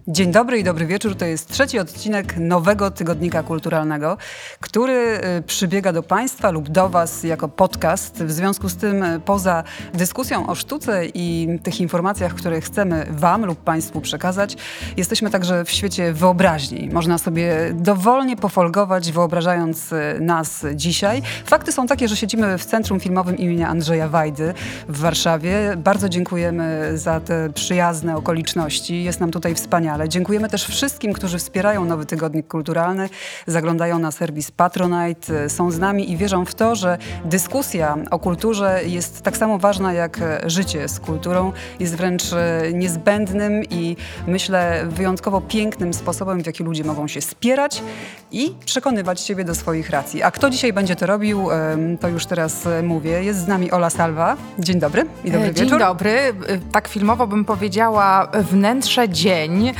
Dzień dobry i dobry wieczór. To jest trzeci odcinek nowego Tygodnika Kulturalnego, który przybiega do Państwa lub do Was jako podcast. W związku z tym poza dyskusją o sztuce i tych informacjach, które chcemy Wam lub Państwu przekazać, jesteśmy także w świecie wyobraźni. Można sobie dowolnie pofolgować, wyobrażając nas dzisiaj. Fakty są takie, że siedzimy w Centrum Filmowym imienia Andrzeja Wajdy w Warszawie. Bardzo dziękujemy za te przyjazne okoliczności. Jest nam tutaj wspaniale. Dziękujemy też wszystkim, którzy wspierają Nowy Tygodnik Kulturalny, zaglądają na serwis Patronite, są z nami i wierzą w to, że dyskusja o kulturze jest tak samo ważna jak życie z kulturą. Jest wręcz niezbędnym i myślę wyjątkowo pięknym sposobem, w jaki ludzie mogą się spierać i przekonywać siebie do swoich racji. A kto dzisiaj będzie to robił, to już teraz mówię. Jest z nami Ola Salwa. Dzień dobry i dobry wieczór. Dzień dobry. Tak filmowo bym powiedziała wnętrze dzień.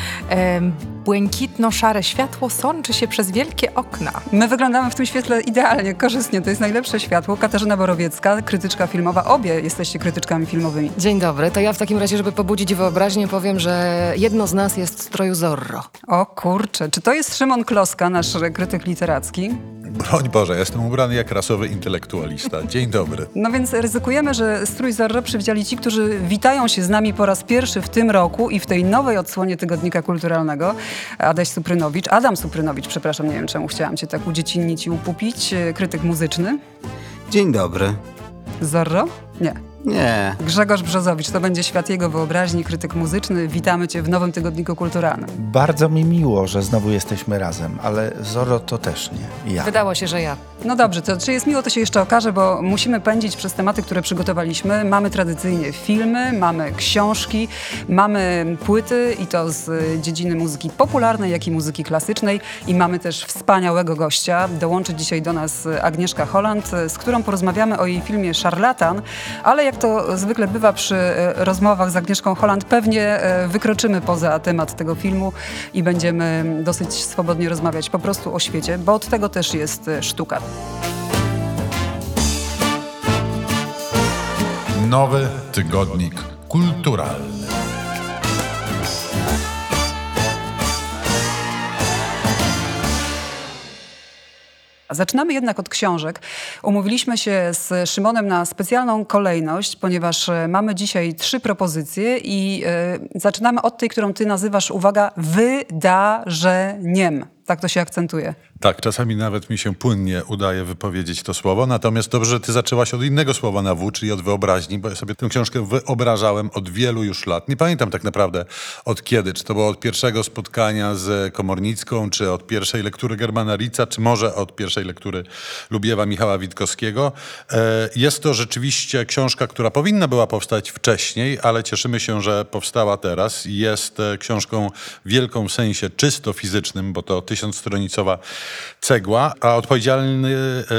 Błękitno-szare światło sączy się przez wielkie okna. My wyglądamy w tym świetle idealnie, korzystnie. To jest najlepsze światło. Katarzyna Borowiecka, krytyczka filmowa. Obie jesteście krytyczkami filmowymi. Dzień dobry. To ja w takim razie, żeby pobudzić wyobraźnię, powiem, że jedno z nas jest w stroju Zorro. O kurczę. Czy to jest Szymon Kloska, nasz krytyk literacki? Broń Boże, jestem ubrany jak rasowy intelektualista. Dzień dobry. No więc ryzykujemy, że strój Zorro przywdziali ci, którzy witają się z nami po raz pierwszy w tym roku i w tej nowej odsłonie Tygodnika Kulturalnego. Adam Suprynowicz, przepraszam, nie wiem czemu chciałam cię tak udziecinnić i upupić. Krytyk muzyczny. Dzień dobry. Zorro? Nie. Nie. Grzegorz Brzozowicz, to będzie świat jego wyobraźni, krytyk muzyczny. Witamy cię w Nowym Tygodniku Kulturalnym. Bardzo mi miło, że znowu jesteśmy razem, ale Zorro to też nie ja. Wydało się, że ja. No dobrze, to czy jest miło, to się jeszcze okaże, bo musimy pędzić przez tematy, które przygotowaliśmy. Mamy tradycyjnie filmy, mamy książki, mamy płyty i to z dziedziny muzyki popularnej, jak i muzyki klasycznej. I mamy też wspaniałego gościa. Dołączy dzisiaj do nas Agnieszka Holland, z którą porozmawiamy o jej filmie Szarlatan, ale jak to zwykle bywa przy rozmowach z Agnieszką Holland, pewnie wykroczymy poza temat tego filmu i będziemy dosyć swobodnie rozmawiać po prostu o świecie, bo od tego też jest sztuka. Nowy Tygodnik Kulturalny. Zaczynamy jednak od książek. Umówiliśmy się z Szymonem na specjalną kolejność, ponieważ mamy dzisiaj 3 propozycje i zaczynamy od tej, którą ty nazywasz, uwaga, wydarzeniem. Tak to się akcentuje. Tak, czasami nawet mi się płynnie udaje wypowiedzieć to słowo, natomiast dobrze, że ty zaczęłaś od innego słowa na W, czyli od wyobraźni, bo ja sobie tę książkę wyobrażałem od wielu już lat. Nie pamiętam tak naprawdę od kiedy, czy to było od pierwszego spotkania z Komornicką, czy od pierwszej lektury Germana Ritza, czy może od pierwszej lektury Lubiewa Michała Witkowskiego. Jest to rzeczywiście książka, która powinna była powstać wcześniej, ale cieszymy się, że powstała teraz. Jest książką wielką w sensie czysto fizycznym, bo to 1000-stronicowa cegła, a odpowiedzialny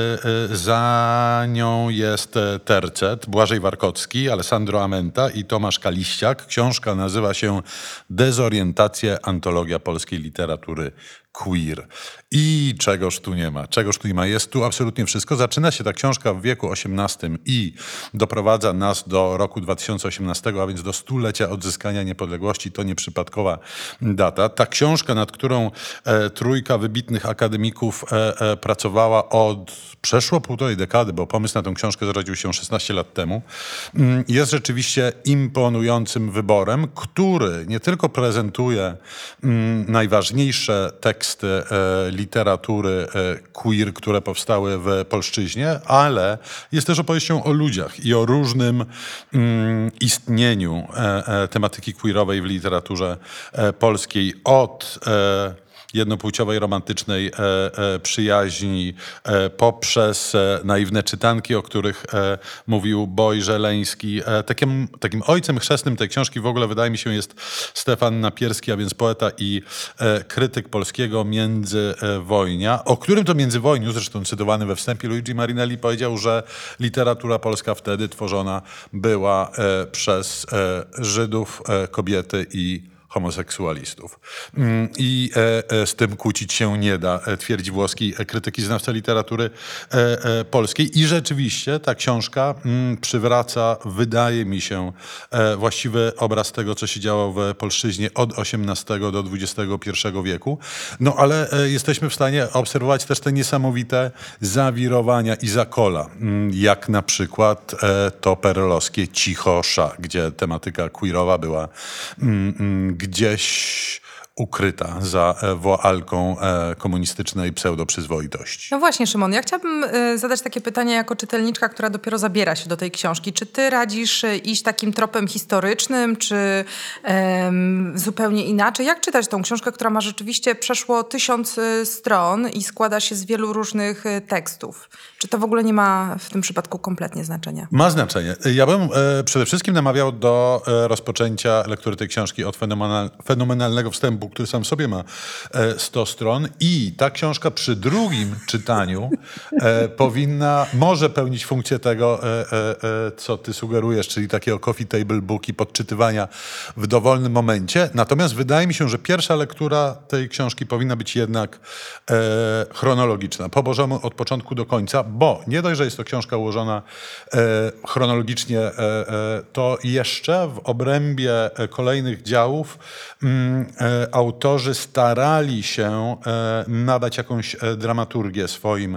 za nią jest tercet Błażej Warkocki, Alessandro Amenta i Tomasz Kaliściak. Książka nazywa się Dezorientacje, antologia polskiej literatury queer. I czegoż tu nie ma, czegoż tu nie ma. Jest tu absolutnie wszystko. Zaczyna się ta książka w wieku XVIII i doprowadza nas do roku 2018, a więc do 100-lecia odzyskania niepodległości. To nieprzypadkowa data. Ta książka, nad którą trójka wybitnych akademików pracowała od przeszło 1,5 dekady, bo pomysł na tę książkę zrodził się 16 lat temu, jest rzeczywiście imponującym wyborem, który nie tylko prezentuje najważniejsze teksty literatury queer, które powstały w polszczyźnie, ale jest też opowieścią o ludziach i o różnym istnieniu tematyki queerowej w literaturze polskiej od jednopłciowej, romantycznej przyjaźni, poprzez naiwne czytanki, o których mówił Boj Żeleński. Takim ojcem chrzestnym tej książki w ogóle wydaje mi się jest Stefan Napierski, a więc poeta i krytyk polskiego międzywojnia, o którym to międzywojniu, zresztą cytowany we wstępie, Luigi Marinelli powiedział, że literatura polska wtedy tworzona była przez Żydów, kobiety i homoseksualistów. I z tym kłócić się nie da, twierdzi włoski krytyk i znawca literatury polskiej. I rzeczywiście ta książka przywraca, wydaje mi się, właściwy obraz tego, co się działo w polszczyźnie od XVIII do XXI wieku. No ale jesteśmy w stanie obserwować też te niesamowite zawirowania i zakola, jak na przykład to perelowskie Cichosza, gdzie tematyka queerowa była gdzieś ukryta za woalką komunistycznej pseudoprzyzwoitości. No właśnie, Szymon, ja chciałabym zadać takie pytanie jako czytelniczka, która dopiero zabiera się do tej książki. Czy ty radzisz iść takim tropem historycznym, czy zupełnie inaczej? Jak czytać tą książkę, która ma rzeczywiście przeszło 1000 stron i składa się z wielu różnych tekstów? Czy to w ogóle nie ma w tym przypadku kompletnie znaczenia? Ma znaczenie. Ja bym przede wszystkim namawiał do rozpoczęcia lektury tej książki od fenomenalnego wstępu, który sam w sobie ma 100 stron i ta książka przy drugim czytaniu może pełnić funkcję tego, co ty sugerujesz, czyli takiego coffee table book i podczytywania w dowolnym momencie. Natomiast wydaje mi się, że pierwsza lektura tej książki powinna być jednak chronologiczna, po Bożemu od początku do końca, bo nie dość, że jest to książka ułożona chronologicznie, to jeszcze w obrębie kolejnych działów autorzy starali się nadać jakąś dramaturgię swoim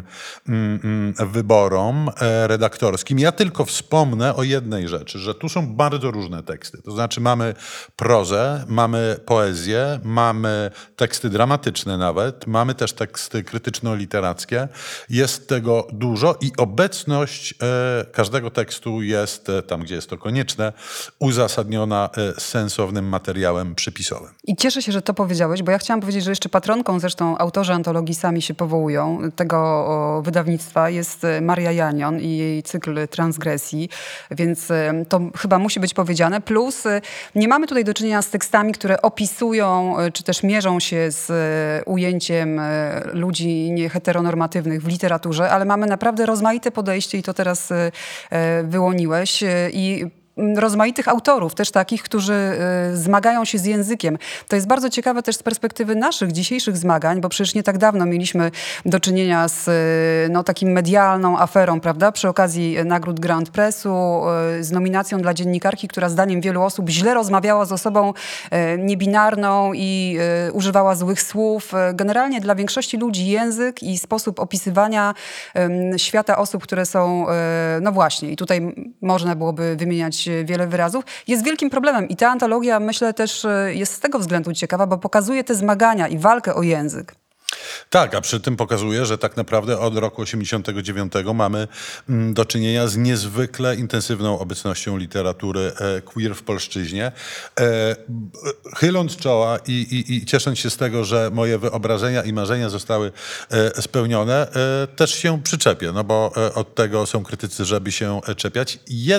wyborom redaktorskim. Ja tylko wspomnę o jednej rzeczy, że tu są bardzo różne teksty. To znaczy mamy prozę, mamy poezję, mamy teksty dramatyczne nawet, mamy też teksty krytyczno-literackie. Jest tego dużo i obecność każdego tekstu jest, tam gdzie jest to konieczne, uzasadniona sensownym materiałem przypisowym. I cieszę się, że to powiedziałeś, bo ja chciałam powiedzieć, że jeszcze patronką, zresztą autorzy antologii sami się powołują, tego wydawnictwa jest Maria Janion i jej cykl Transgresji, więc to chyba musi być powiedziane. Plus nie mamy tutaj do czynienia z tekstami, które opisują, czy też mierzą się z ujęciem ludzi nieheteronormatywnych w literaturze, ale mamy naprawdę rozmaite podejście i to teraz wyłoniłeś i rozmaitych autorów, też takich, którzy zmagają się z językiem. To jest bardzo ciekawe też z perspektywy naszych dzisiejszych zmagań, bo przecież nie tak dawno mieliśmy do czynienia z takim medialną aferą, prawda? Przy okazji nagród Grand Pressu, z nominacją dla dziennikarki, która zdaniem wielu osób źle rozmawiała z osobą niebinarną i używała złych słów. Generalnie dla większości ludzi język i sposób opisywania świata osób, które są, no właśnie, i tutaj można byłoby wymieniać wiele wyrazów, jest wielkim problemem. I ta antologia, myślę, też jest z tego względu ciekawa, bo pokazuje te zmagania i walkę o język. Tak, a przy tym pokazuje, że tak naprawdę od roku 1989 mamy do czynienia z niezwykle intensywną obecnością literatury queer w polszczyźnie. Chyląc czoła i ciesząc się z tego, że moje wyobrażenia i marzenia zostały spełnione, też się przyczepię, no bo od tego są krytycy, żeby się czepiać.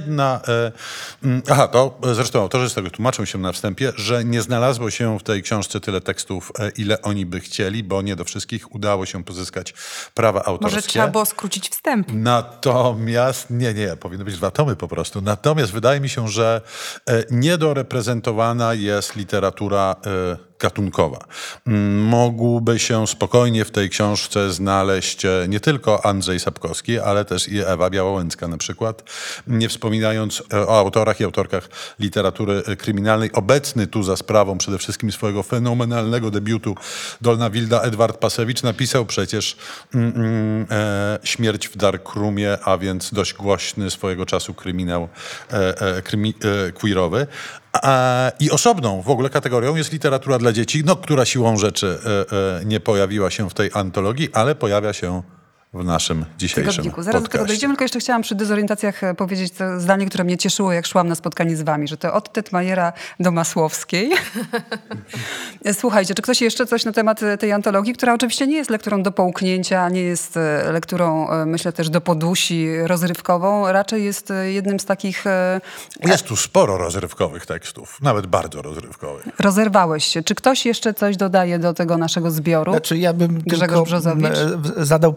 To zresztą autorzy z tego tłumaczą się na wstępie, że nie znalazło się w tej książce tyle tekstów, ile oni by chcieli, bo nie do wszystkich udało się pozyskać prawa autorskie. Może trzeba było skrócić wstęp. Natomiast, nie, powinny być 2 tomy po prostu. Natomiast wydaje mi się, że niedoreprezentowana jest literatura gatunkowa. Mógłby się spokojnie w tej książce znaleźć nie tylko Andrzej Sapkowski, ale też i Ewa Białołęcka na przykład. Nie wspominając o autorach i autorkach literatury kryminalnej. Obecny tu za sprawą przede wszystkim swojego fenomenalnego debiutu Dolna Wilda Edward Pasewicz napisał przecież Śmierć w Darkroomie, a więc dość głośny swojego czasu kryminał queerowy. I osobną w ogóle kategorią jest literatura dla dzieci, która siłą rzeczy nie pojawiła się w tej antologii, ale pojawia się w naszym dzisiejszym tygodniku. Zaraz do tego podcaście. dojdziemy, tylko jeszcze chciałam przy dezorientacjach powiedzieć to zdanie, które mnie cieszyło, jak szłam na spotkanie z wami, że to od Tetmajera do Masłowskiej. Słuchajcie, czy ktoś jeszcze coś na temat tej antologii, która oczywiście nie jest lekturą do połknięcia, nie jest lekturą, myślę, też do podusi rozrywkową, raczej jest jednym z takich... Jest tu sporo rozrywkowych tekstów, nawet bardzo rozrywkowych. Rozerwałeś się. Czy ktoś jeszcze coś dodaje do tego naszego zbioru? Znaczy ja bym Grzegorz tylko Brzozowicz? zadał pytanie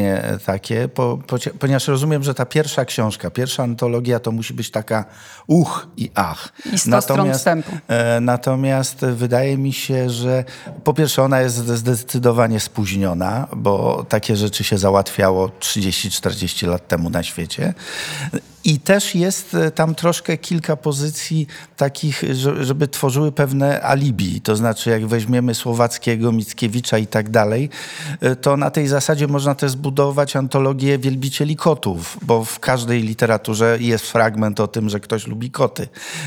pytanie takie, ponieważ rozumiem, że ta pierwsza książka, pierwsza antologia to musi być taka i ach. I 100 stron wstępu. Natomiast wydaje mi się, że po pierwsze ona jest zdecydowanie spóźniona, bo takie rzeczy się załatwiało 30-40 lat temu na świecie. I też jest tam troszkę kilka pozycji takich, żeby tworzyły pewne alibi. To znaczy, jak weźmiemy Słowackiego, Mickiewicza i tak dalej, to na tej zasadzie można też zbudować antologię wielbicieli kotów, bo w każdej literaturze jest fragment o tym, że ktoś lubi koty.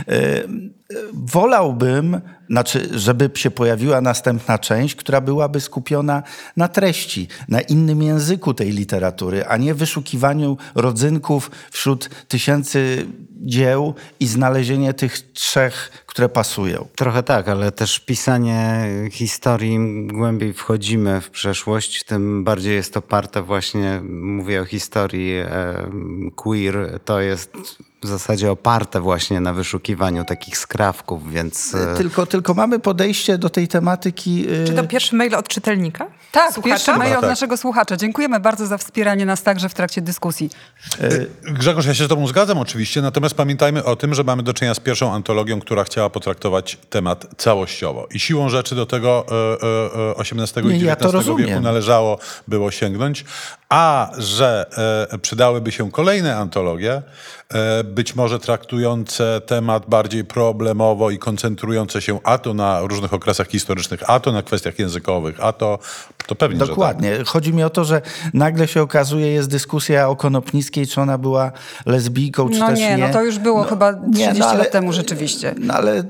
Wolałbym, żeby się pojawiła następna część, która byłaby skupiona na treści, na innym języku tej literatury, a nie wyszukiwaniu rodzynków wśród tysięcy dzieł i znalezienie tych 3, które pasują. Trochę tak, ale też pisanie historii, im głębiej wchodzimy w przeszłość, tym bardziej jest oparte właśnie, mówię o historii queer, to jest w zasadzie oparte właśnie na wyszukiwaniu takich skrawków, więc... Tylko mamy podejście do tej tematyki... Czy to pierwszy mail od czytelnika? Tak, Słuchacza? pierwszy mail od tak. naszego słuchacza. Dziękujemy bardzo za wspieranie nas także w trakcie dyskusji. Grzegorz, ja się z tobą zgadzam oczywiście, natomiast pamiętajmy o tym, że mamy do czynienia z pierwszą antologią, która chciała potraktować temat całościowo. I siłą rzeczy do tego XVIII i XIX wieku należało było sięgnąć, a że przydałyby się kolejne antologie, być może traktujące temat bardziej problemowo i koncentrujące się a to na różnych okresach historycznych, a to na kwestiach językowych, a to pewnie, Dokładnie. że tak. Chodzi mi o to, że nagle się okazuje, jest dyskusja o Konopnickiej, czy ona była lesbijką, czy też nie. No to już było chyba 30 lat temu rzeczywiście. No ale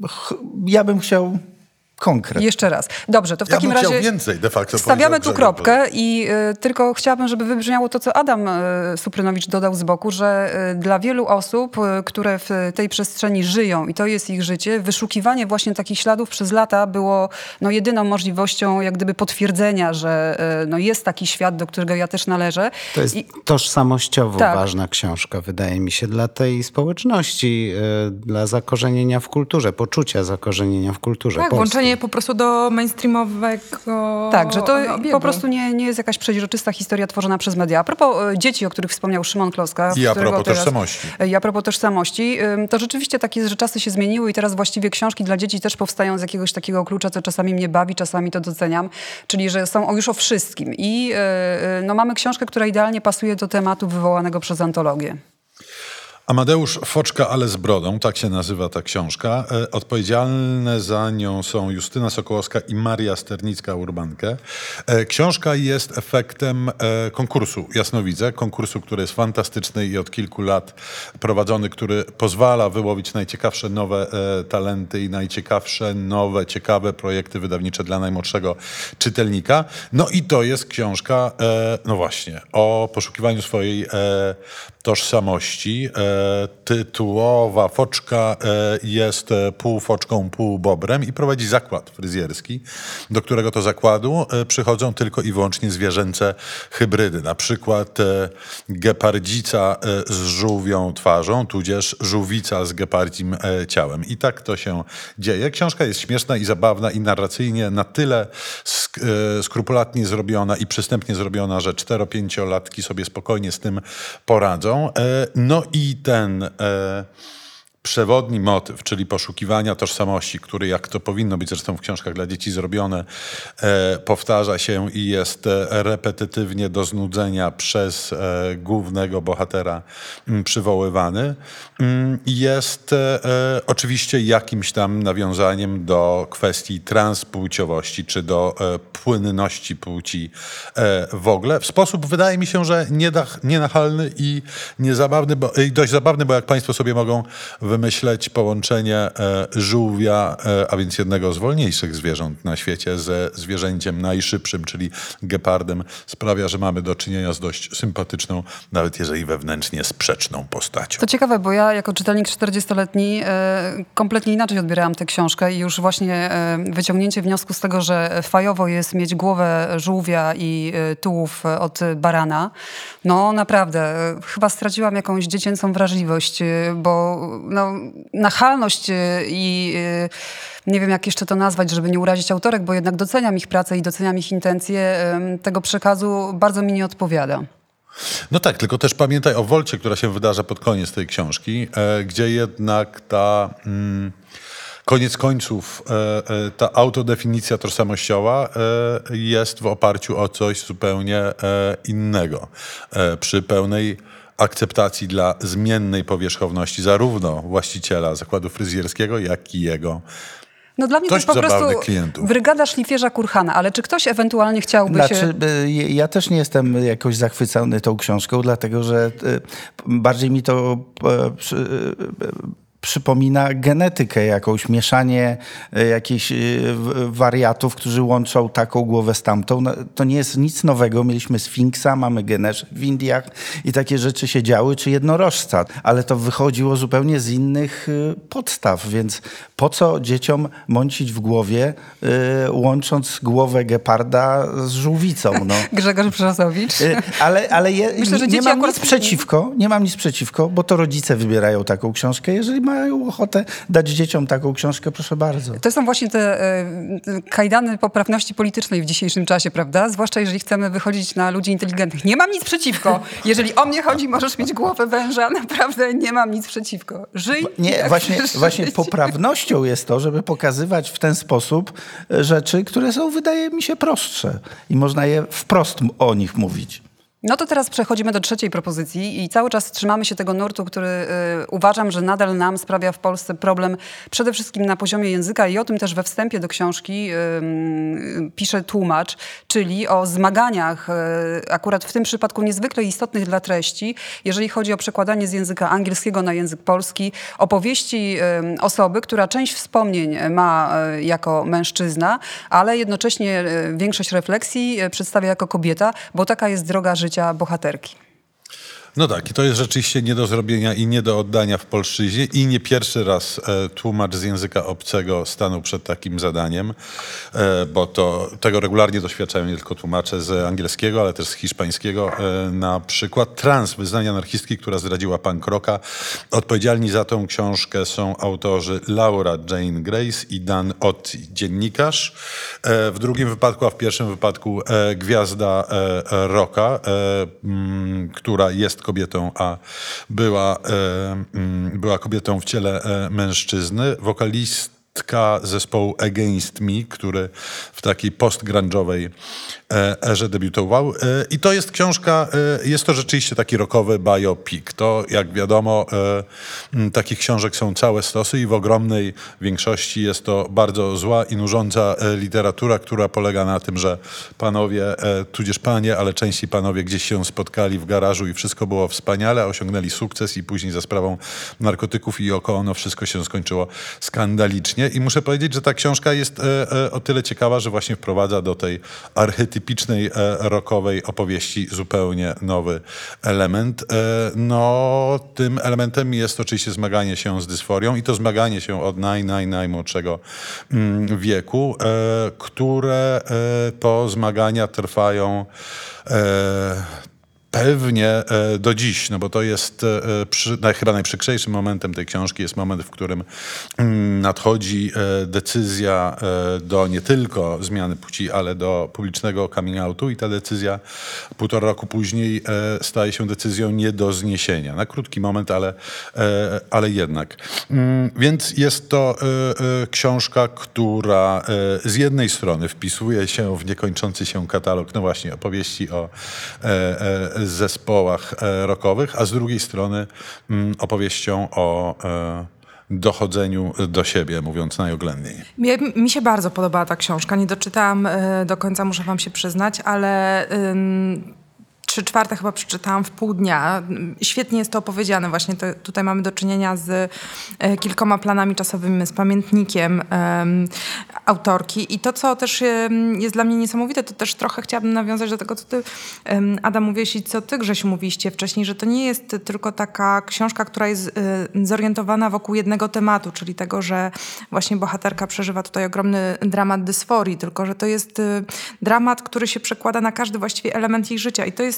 ja bym chciał konkret. Jeszcze raz. Dobrze, to w takim bym razie chciał więcej de facto. stawiamy tu kropkę i tylko chciałabym, żeby wybrzmiało to, co Adam Suprynowicz dodał z boku, że dla wielu osób, które w tej przestrzeni żyją i to jest ich życie, wyszukiwanie właśnie takich śladów przez lata było jedyną możliwością jak gdyby potwierdzenia, że jest taki świat, do którego ja też należę. To jest tożsamościowo Tak. ważna książka, wydaje mi się, dla tej społeczności, dla zakorzenienia w kulturze, poczucia zakorzenienia w kulturze Tak, polskiej. włączenie po prostu do mainstreamowego Tak, że to obiegu. po prostu nie jest jakaś przeźroczysta historia tworzona przez media. A propos dzieci, o których wspomniał Szymon Kloska. I a propos tożsamości. I a propos tożsamości, to rzeczywiście tak jest, że czasy się zmieniły i teraz właściwie książki dla dzieci też powstają z jakiegoś takiego klucza, co czasami mnie bawi, czasami to doceniam, czyli że są już o wszystkim. I mamy książkę, która idealnie pasuje do tematu wywołanego przez antologię. Amadeusz Foczka, ale z brodą, tak się nazywa ta książka. Odpowiedzialne za nią są Justyna Sokołowska i Maria Sternicka-Urbankę. Książka jest efektem konkursu Jasnowidze, konkursu, który jest fantastyczny i od kilku lat prowadzony, który pozwala wyłowić najciekawsze nowe talenty i najciekawsze nowe, ciekawe projekty wydawnicze dla najmłodszego czytelnika. No i to jest książka, no właśnie, o poszukiwaniu swojej tożsamości. Tytułowa Foczka jest pół foczką, pół bobrem i prowadzi zakład fryzjerski, do którego to zakładu przychodzą tylko i wyłącznie zwierzęce hybrydy. Na przykład gepardzica z żółwią twarzą, tudzież żółwica z gepardzim ciałem. I tak to się dzieje. Książka jest śmieszna i zabawna i narracyjnie na tyle skrupulatnie zrobiona i przystępnie zrobiona, że 4-5-latki sobie spokojnie z tym poradzą. No i ten przewodni motyw, czyli poszukiwania tożsamości, który, jak to powinno być zresztą w książkach dla dzieci zrobione, powtarza się i jest repetytywnie do znudzenia przez głównego bohatera przywoływany, jest oczywiście jakimś tam nawiązaniem do kwestii transpłciowości, czy do płynności płci w ogóle. W sposób, wydaje mi się, że nienachalny i niezabawny, i dość zabawny, bo jak państwo sobie mogą wymyśleć połączenie żółwia, a więc jednego z wolniejszych zwierząt na świecie, ze zwierzęciem najszybszym, czyli gepardem, sprawia, że mamy do czynienia z dość sympatyczną, nawet jeżeli wewnętrznie sprzeczną postacią. To ciekawe, bo ja jako czytelnik 40-letni kompletnie inaczej odbierałam tę książkę i już właśnie wyciągnięcie wniosku z tego, że fajowo jest mieć głowę żółwia i tułów od barana, no naprawdę, chyba straciłam jakąś dziecięcą wrażliwość, bo nachalność i nie wiem, jak jeszcze to nazwać, żeby nie urazić autorek, bo jednak doceniam ich pracę i doceniam ich intencje, tego przekazu bardzo mi nie odpowiada. No tak, tylko też pamiętaj o wolcie, która się wydarza pod koniec tej książki, gdzie jednak ta... Koniec końców ta autodefinicja tożsamościowa jest w oparciu o coś zupełnie innego. Przy pełnej akceptacji dla zmiennej powierzchowności zarówno właściciela zakładu fryzjerskiego, jak i jego No dla mnie to jest po prostu klientów. brygada szlifierza Kurhana, ale czy ktoś ewentualnie chciałby się... Ja też nie jestem jakoś zachwycony tą książką, dlatego że bardziej mi to przypomina genetykę jakąś, mieszanie jakichś wariatów, którzy łączą taką głowę z tamtą. No, to nie jest nic nowego. Mieliśmy Sfinksa, mamy Genesz w Indiach i takie rzeczy się działy, czy jednorożca. Ale to wychodziło zupełnie z innych podstaw, więc po co dzieciom mącić w głowie, łącząc głowę geparda z żółwicą? No. Grzegorz Brzozowicz. Ale Myślę, że nie mam nic przeciwko, bo to rodzice wybierają taką książkę. Jeżeli mają ochotę dać dzieciom taką książkę, proszę bardzo. To są właśnie te kajdany poprawności politycznej w dzisiejszym czasie, prawda? Zwłaszcza jeżeli chcemy wychodzić na ludzi inteligentnych. Nie mam nic przeciwko. Jeżeli o mnie chodzi, możesz mieć głowę węża. Naprawdę nie mam nic przeciwko. Żyj. Nie, właśnie poprawnością jest to, żeby pokazywać w ten sposób rzeczy, które są, wydaje mi się, prostsze. I można je wprost o nich mówić. No to teraz przechodzimy do trzeciej propozycji i cały czas trzymamy się tego nurtu, który uważam, że nadal nam sprawia w Polsce problem przede wszystkim na poziomie języka i o tym też we wstępie do książki pisze tłumacz, czyli o zmaganiach akurat w tym przypadku niezwykle istotnych dla treści, jeżeli chodzi o przekładanie z języka angielskiego na język polski, opowieści osoby, która część wspomnień ma jako mężczyzna, ale jednocześnie większość refleksji przedstawia jako kobieta, bo taka jest droga życia bohaterki. No tak, i to jest rzeczywiście nie do zrobienia i nie do oddania w polszczyźnie i nie pierwszy raz tłumacz z języka obcego stanął przed takim zadaniem, bo tego regularnie doświadczają nie tylko tłumacze z angielskiego, ale też z hiszpańskiego. Na przykład Trans, wyznania anarchistki, która zdradziła punk rocka. Odpowiedzialni za tą książkę są autorzy Laura Jane Grace i Dan Ott, dziennikarz. W drugim wypadku, a w pierwszym wypadku gwiazda rocka, która jest kobietą, a była kobietą w ciele mężczyzny. Wokalistka zespołu Against Me, który w takiej post-grunge'owej erze debiutował. I to jest książka, jest to rzeczywiście taki rockowy biopic. To, jak wiadomo, takich książek są całe stosy i w ogromnej większości jest to bardzo zła i nużąca literatura, która polega na tym, że panowie, tudzież panie, ale częściej panowie gdzieś się spotkali w garażu i wszystko było wspaniale, osiągnęli sukces i później za sprawą narkotyków i około wszystko się skończyło skandalicznie. I muszę powiedzieć, że ta książka jest o tyle ciekawa, że właśnie wprowadza do tej archetypicznej rockowej opowieści zupełnie nowy element. No, tym elementem jest oczywiście zmaganie się z dysforią i to zmaganie się od najmłodszego wieku, które to zmagania trwają pewnie do dziś, no bo to jest chyba najprzykrzejszym momentem tej książki jest moment, w którym nadchodzi decyzja do nie tylko zmiany płci, ale do publicznego coming outu i ta decyzja 1,5 roku później staje się decyzją nie do zniesienia. Na krótki moment, ale jednak. Więc jest to książka, która z jednej strony wpisuje się w niekończący się katalog, no właśnie, opowieści o zespołach rockowych, a z drugiej strony opowieścią o dochodzeniu do siebie, mówiąc najoględniej. Mi się bardzo podobała ta książka. Nie doczytałam do końca, muszę wam się przyznać, ale 3/4 chyba przeczytałam w pół dnia. Świetnie jest to opowiedziane. Właśnie tutaj mamy do czynienia z kilkoma planami czasowymi, z pamiętnikiem autorki. I to, co też jest dla mnie niesamowite, to też trochę chciałabym nawiązać do tego, co ty, Adam, mówiłeś i co ty, Grzesiu, mówiliście wcześniej, że to nie jest tylko taka książka, która jest zorientowana wokół jednego tematu, czyli tego, że właśnie bohaterka przeżywa tutaj ogromny dramat dysforii, tylko że to jest dramat, który się przekłada na każdy właściwie element jej życia. I to jest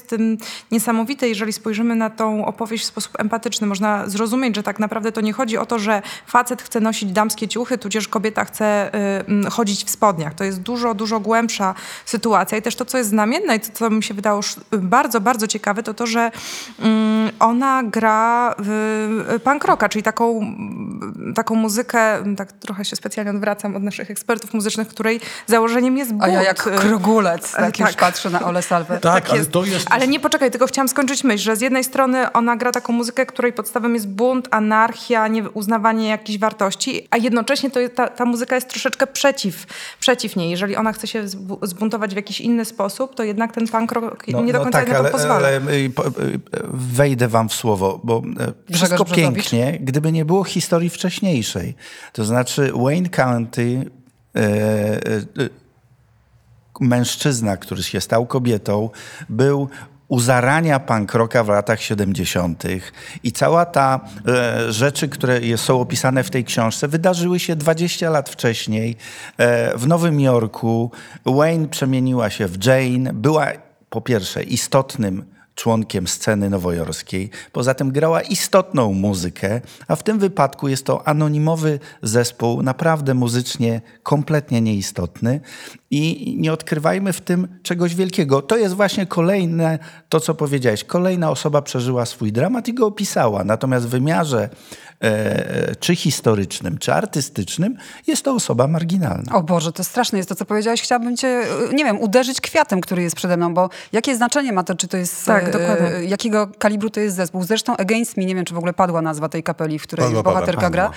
jest niesamowite, jeżeli spojrzymy na tą opowieść w sposób empatyczny. Można zrozumieć, że tak naprawdę to nie chodzi o to, że facet chce nosić damskie ciuchy, tudzież kobieta chce chodzić w spodniach. To jest dużo, dużo głębsza sytuacja. I też to, co jest znamienne i to, co mi się wydało bardzo, bardzo ciekawe, to to, że ona gra w punk rocka, czyli taką muzykę, tak trochę się specjalnie odwracam od naszych ekspertów muzycznych, której założeniem jest bunt. A ja jak krogulec, tak już tak. patrzę na Ole Salwę. Tak, ale to jest... Ale nie, poczekaj, tylko chciałam skończyć myśl, że z jednej strony ona gra taką muzykę, której podstawą jest bunt, anarchia, uznawanie jakichś wartości, a jednocześnie ta muzyka jest troszeczkę przeciw niej. Jeżeli ona chce się zbuntować w jakiś inny sposób, to jednak ten punk rock nie do końca tak, na to pozwala. Ale wejdę wam w słowo, bo wszystko pięknie, gdyby nie było historii wcześniejszej. To znaczy Wayne County, mężczyzna, który się stał kobietą, był u zarania punk rocka w latach 70. I cała ta rzeczy, które są opisane w tej książce, wydarzyły się 20 lat wcześniej w Nowym Jorku. Wayne przemieniła się w Jane, była po pierwsze istotnym członkiem sceny nowojorskiej. Poza tym grała istotną muzykę, a w tym wypadku jest to anonimowy zespół, naprawdę muzycznie kompletnie nieistotny i nie odkrywajmy w tym czegoś wielkiego. To jest właśnie kolejne, to co powiedziałeś, kolejna osoba przeżyła swój dramat i go opisała. Natomiast w wymiarze czy historycznym, czy artystycznym jest to osoba marginalna. O Boże, to straszne jest to, co powiedziałaś. Chciałabym cię, nie wiem, uderzyć kwiatem, który jest przede mną, bo jakie znaczenie ma to, czy to jest, dokładnie. jakiego kalibru to jest zespół. Zresztą Against Me, nie wiem, czy w ogóle padła nazwa tej kapeli, w której Padła, bohaterka gra.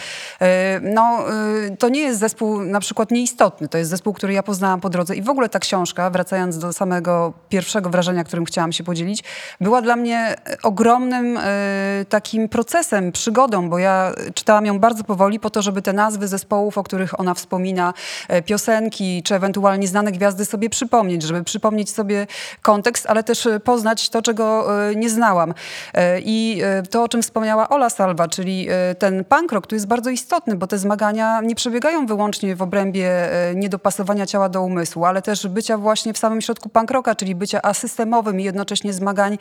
To nie jest zespół na przykład nieistotny. To jest zespół, który ja poznałam po drodze i w ogóle ta książka, wracając do samego pierwszego wrażenia, którym chciałam się podzielić, była dla mnie ogromnym takim procesem, przygodą, bo ja czytałam ją bardzo powoli po to, żeby te nazwy zespołów, o których ona wspomina, piosenki, czy ewentualnie znane gwiazdy sobie przypomnieć, żeby przypomnieć sobie kontekst, ale też poznać to, czego nie znałam. I to, o czym wspomniała Ola Salwa, czyli ten punk rock, tu jest bardzo istotny, bo te zmagania nie przebiegają wyłącznie w obrębie niedopasowania ciała do umysłu, ale też bycia właśnie w samym środku punk rocka, czyli bycia asystemowym i jednocześnie zmagań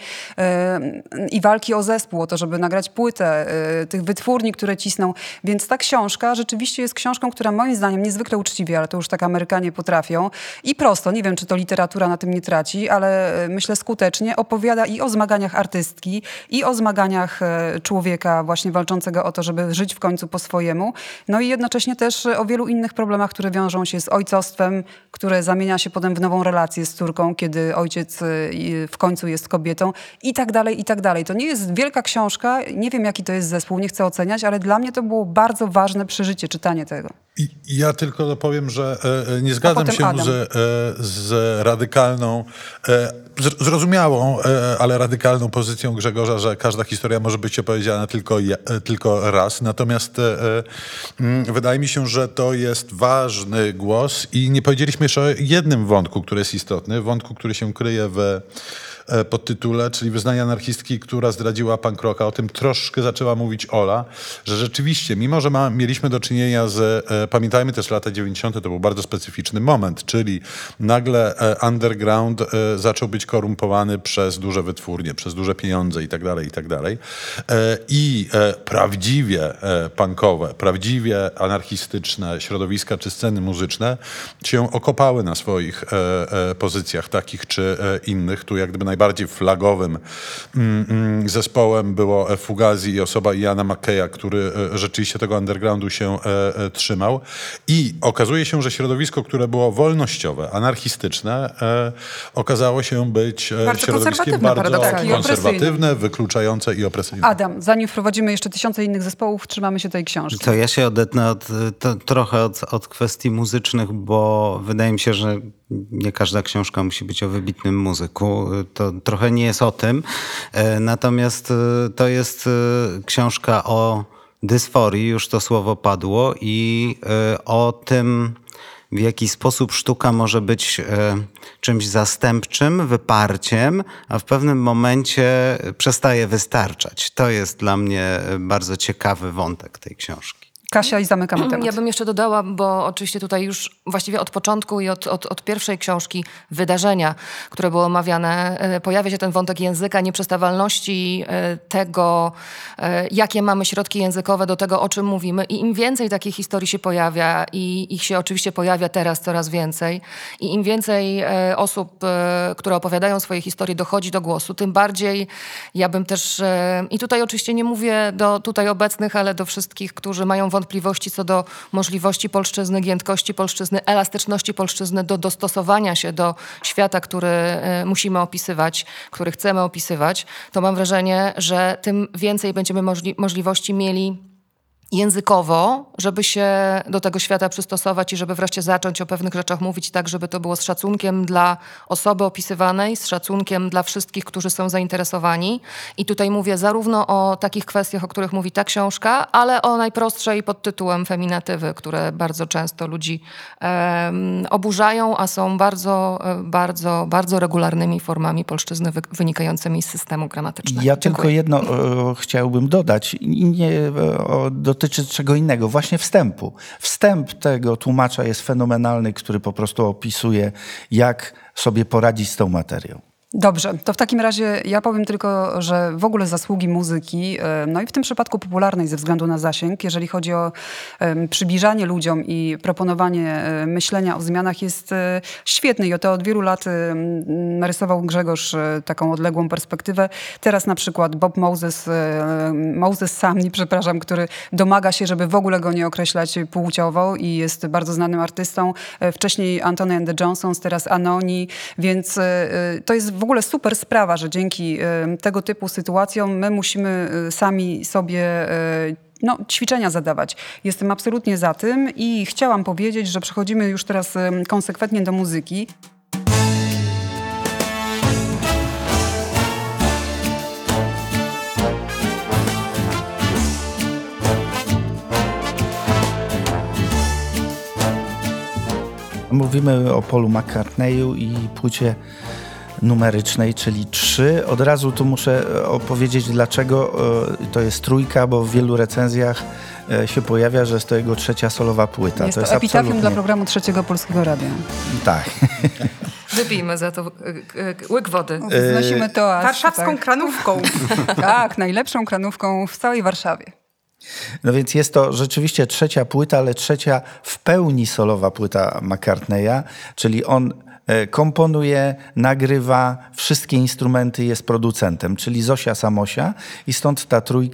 i walki o zespół, o to, żeby nagrać płytę, tych wytwórni, które cisną. Więc ta książka rzeczywiście jest książką, która moim zdaniem niezwykle uczciwie, ale to już tak Amerykanie potrafią i prosto, nie wiem, czy to literatura na tym nie traci, ale myślę skutecznie opowiada i o zmaganiach artystki, i o zmaganiach człowieka właśnie walczącego o to, żeby żyć w końcu po swojemu. No i jednocześnie też o wielu innych problemach, które wiążą się z ojcostwem, które zamienia się potem w nową relację z córką, kiedy ojciec w końcu jest kobietą i tak dalej, i tak dalej. To nie jest wielka książka, nie wiem, jaki to jest zespół, nie chcę oceniać, ale dla mnie to było bardzo ważne przeżycie, czytanie tego. Ja tylko dopowiem, że nie zgadzam się Adam. z radykalną, zrozumiałą, ale radykalną pozycją Grzegorza, że każda historia może być opowiedziana tylko raz. Natomiast wydaje mi się, że to jest ważny głos i nie powiedzieliśmy jeszcze o jednym wątku, który jest istotny, wątku, który się kryje w podtytule, czyli Wyznania anarchistki, która zdradziła punk rocka. O tym troszkę zaczęła mówić Ola, że rzeczywiście, mimo że mieliśmy do czynienia z, pamiętajmy też lata 90., to był bardzo specyficzny moment, czyli nagle underground zaczął być korumpowany przez duże wytwórnie, przez duże pieniądze i tak dalej, i tak dalej. I prawdziwie punkowe, prawdziwie anarchistyczne środowiska czy sceny muzyczne się okopały na swoich pozycjach takich czy innych. Tu jak gdyby najbardziej flagowym zespołem było Fugazi i osoba Iana McKeya, który rzeczywiście tego undergroundu się trzymał. I okazuje się, że środowisko, które było wolnościowe, anarchistyczne, okazało się być bardzo środowiskiem bardzo konserwatywne, wykluczające i opresyjne. Adam, zanim wprowadzimy jeszcze tysiące innych zespołów, trzymamy się tej książki. To ja się odetnę trochę od kwestii muzycznych, bo wydaje mi się, że nie każda książka musi być o wybitnym muzyku. To trochę nie jest o tym. Natomiast to jest książka o dysforii, już to słowo padło, i o tym, w jaki sposób sztuka może być czymś zastępczym, wyparciem, a w pewnym momencie przestaje wystarczać. To jest dla mnie bardzo ciekawy wątek tej książki. Kasia, i zamykamy temat. Ja bym jeszcze dodała, bo oczywiście tutaj już właściwie od początku i od pierwszej książki Wydarzenia, które było omawiane, pojawia się ten wątek języka, nieprzestawalności tego, jakie mamy środki językowe do tego, o czym mówimy. I im więcej takich historii się pojawia i ich się oczywiście pojawia teraz coraz więcej i im więcej osób, które opowiadają swoje historie, dochodzi do głosu, tym bardziej ja bym też, i tutaj oczywiście nie mówię do tutaj obecnych, ale do wszystkich, którzy mają wątpliwości co do możliwości polszczyzny, giętkości polszczyzny, elastyczności polszczyzny do dostosowania się do świata, który musimy opisywać, który chcemy opisywać, to mam wrażenie, że tym więcej będziemy możliwości mieli językowo, żeby się do tego świata przystosować i żeby wreszcie zacząć o pewnych rzeczach mówić tak, żeby to było z szacunkiem dla osoby opisywanej, z szacunkiem dla wszystkich, którzy są zainteresowani. I tutaj mówię zarówno o takich kwestiach, o których mówi ta książka, ale o najprostszej pod tytułem feminatywy, które bardzo często ludzi oburzają, a są bardzo, bardzo, bardzo regularnymi formami polszczyzny wynikającymi z systemu gramatycznego. Ja tylko jedno chciałbym dodać. Nie dotyczy czego innego, właśnie wstępu. Wstęp tego tłumacza jest fenomenalny, który po prostu opisuje, jak sobie poradzić z tą materią. Dobrze, to w takim razie ja powiem tylko, że w ogóle zasługi muzyki, no i w tym przypadku popularnej ze względu na zasięg, jeżeli chodzi o przybliżanie ludziom i proponowanie myślenia o zmianach, jest świetny i to od wielu lat narysował Grzegorz taką odległą perspektywę. Teraz na przykład Bob Moses Sumney, który domaga się, żeby w ogóle go nie określać płciowo i jest bardzo znanym artystą. Wcześniej Anthony and the Johnsons, teraz Anoni, więc to jest w ogóle super sprawa, że dzięki tego typu sytuacjom my musimy sami sobie ćwiczenia zadawać. Jestem absolutnie za tym i chciałam powiedzieć, że przechodzimy już teraz konsekwentnie do muzyki. Mówimy o Paulu McCartneyu i płycie numerycznej, czyli 3. Od razu tu muszę opowiedzieć, dlaczego to jest 3, bo w wielu recenzjach się pojawia, że jest to jego 3. solowa płyta. Jest to epitafium absolutnie dla programu 3 Polskiego Radia. Tak. Wypijmy za to łyk wody. Znosimy toast. Warszawską kranówką. Tak, najlepszą kranówką w całej Warszawie. No więc jest to rzeczywiście 3. płyta, ale 3. w pełni solowa płyta McCartneya, czyli on komponuje, nagrywa, wszystkie instrumenty, jest producentem, czyli Zosia Samosia i stąd ta 3.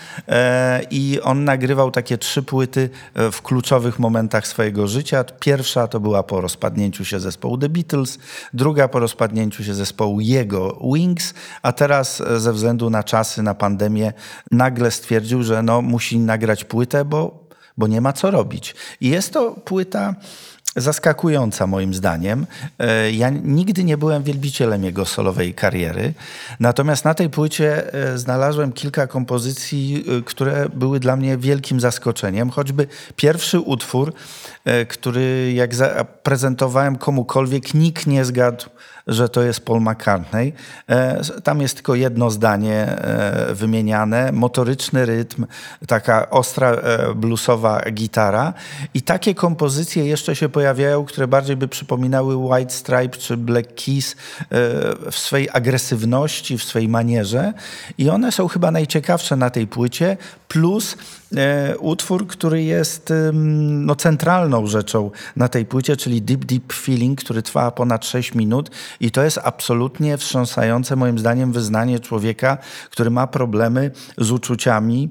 I on nagrywał takie 3 płyty w kluczowych momentach swojego życia. Pierwsza to była po rozpadnięciu się zespołu The Beatles, druga po rozpadnięciu się zespołu jego Wings, a teraz ze względu na czasy, na pandemię nagle stwierdził, że musi nagrać płytę, bo nie ma co robić. I jest to płyta zaskakująca moim zdaniem. Ja nigdy nie byłem wielbicielem jego solowej kariery, natomiast na tej płycie znalazłem kilka kompozycji, które były dla mnie wielkim zaskoczeniem. Choćby pierwszy utwór, który jak zaprezentowałem komukolwiek, nikt nie zgadł, że to jest Paul McCartney. Tam jest tylko jedno zdanie wymieniane, motoryczny rytm, taka ostra bluesowa gitara i takie kompozycje jeszcze się pojawiają, które bardziej by przypominały White Stripes czy Black Keys w swej agresywności, w swej manierze i one są chyba najciekawsze na tej płycie, plus utwór, który jest centralną rzeczą na tej płycie, czyli Deep Deep Feeling, który trwa ponad 6 minut i to jest absolutnie wstrząsające moim zdaniem wyznanie człowieka, który ma problemy z uczuciami,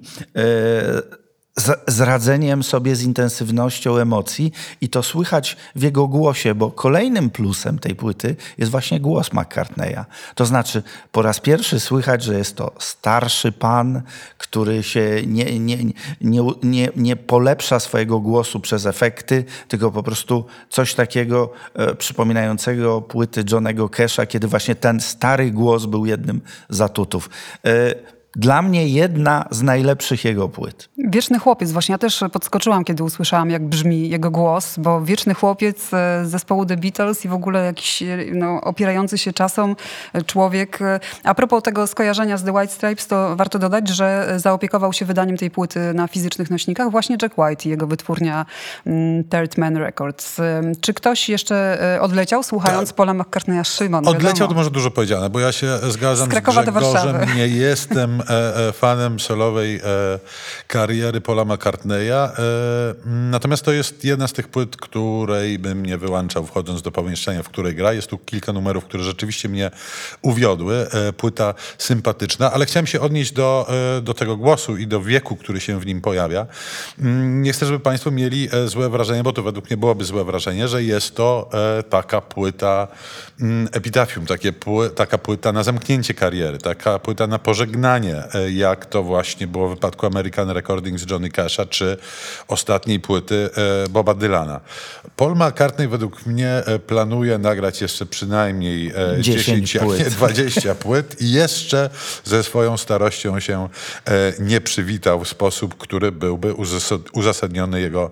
z radzeniem sobie z intensywnością emocji i to słychać w jego głosie, bo kolejnym plusem tej płyty jest właśnie głos McCartneya. To znaczy po raz pierwszy słychać, że jest to starszy pan, który się nie polepsza swojego głosu przez efekty, tylko po prostu coś takiego przypominającego płyty Johnnego Casha, kiedy właśnie ten stary głos był jednym z atutów. Dla mnie jedna z najlepszych jego płyt. Wieczny Chłopiec, właśnie ja też podskoczyłam, kiedy usłyszałam, jak brzmi jego głos, bo Wieczny Chłopiec z zespołu The Beatles i w ogóle jakiś opierający się czasom człowiek. A propos tego skojarzenia z The White Stripes, to warto dodać, że zaopiekował się wydaniem tej płyty na fizycznych nośnikach właśnie Jack White i jego wytwórnia Third Man Records. Czy ktoś jeszcze odleciał, słuchając Paula McCartneya? Szymon, Odleciał wiadomo. to może dużo powiedziane, bo ja się zgadzam Z Krakowa z do Grzegorzem. Warszawy. Nie jestem fanem solowej kariery Paula McCartneya. Natomiast to jest jedna z tych płyt, której bym nie wyłączał wchodząc do pomieszczenia, w której gra. Jest tu kilka numerów, które rzeczywiście mnie uwiodły. Płyta sympatyczna, ale chciałem się odnieść do tego głosu i do wieku, który się w nim pojawia. Nie chcę, żeby państwo mieli złe wrażenie, bo to według mnie byłoby złe wrażenie, że jest to taka płyta epitafium, taka płyta na zamknięcie kariery, taka płyta na pożegnanie, jak to właśnie było w wypadku American Recordings Johnny Casha, czy ostatniej płyty Boba Dylana. Paul McCartney według mnie planuje nagrać jeszcze przynajmniej 10, jak nie 20 płyt i jeszcze ze swoją starością się nie przywitał w sposób, który byłby uzasadniony jego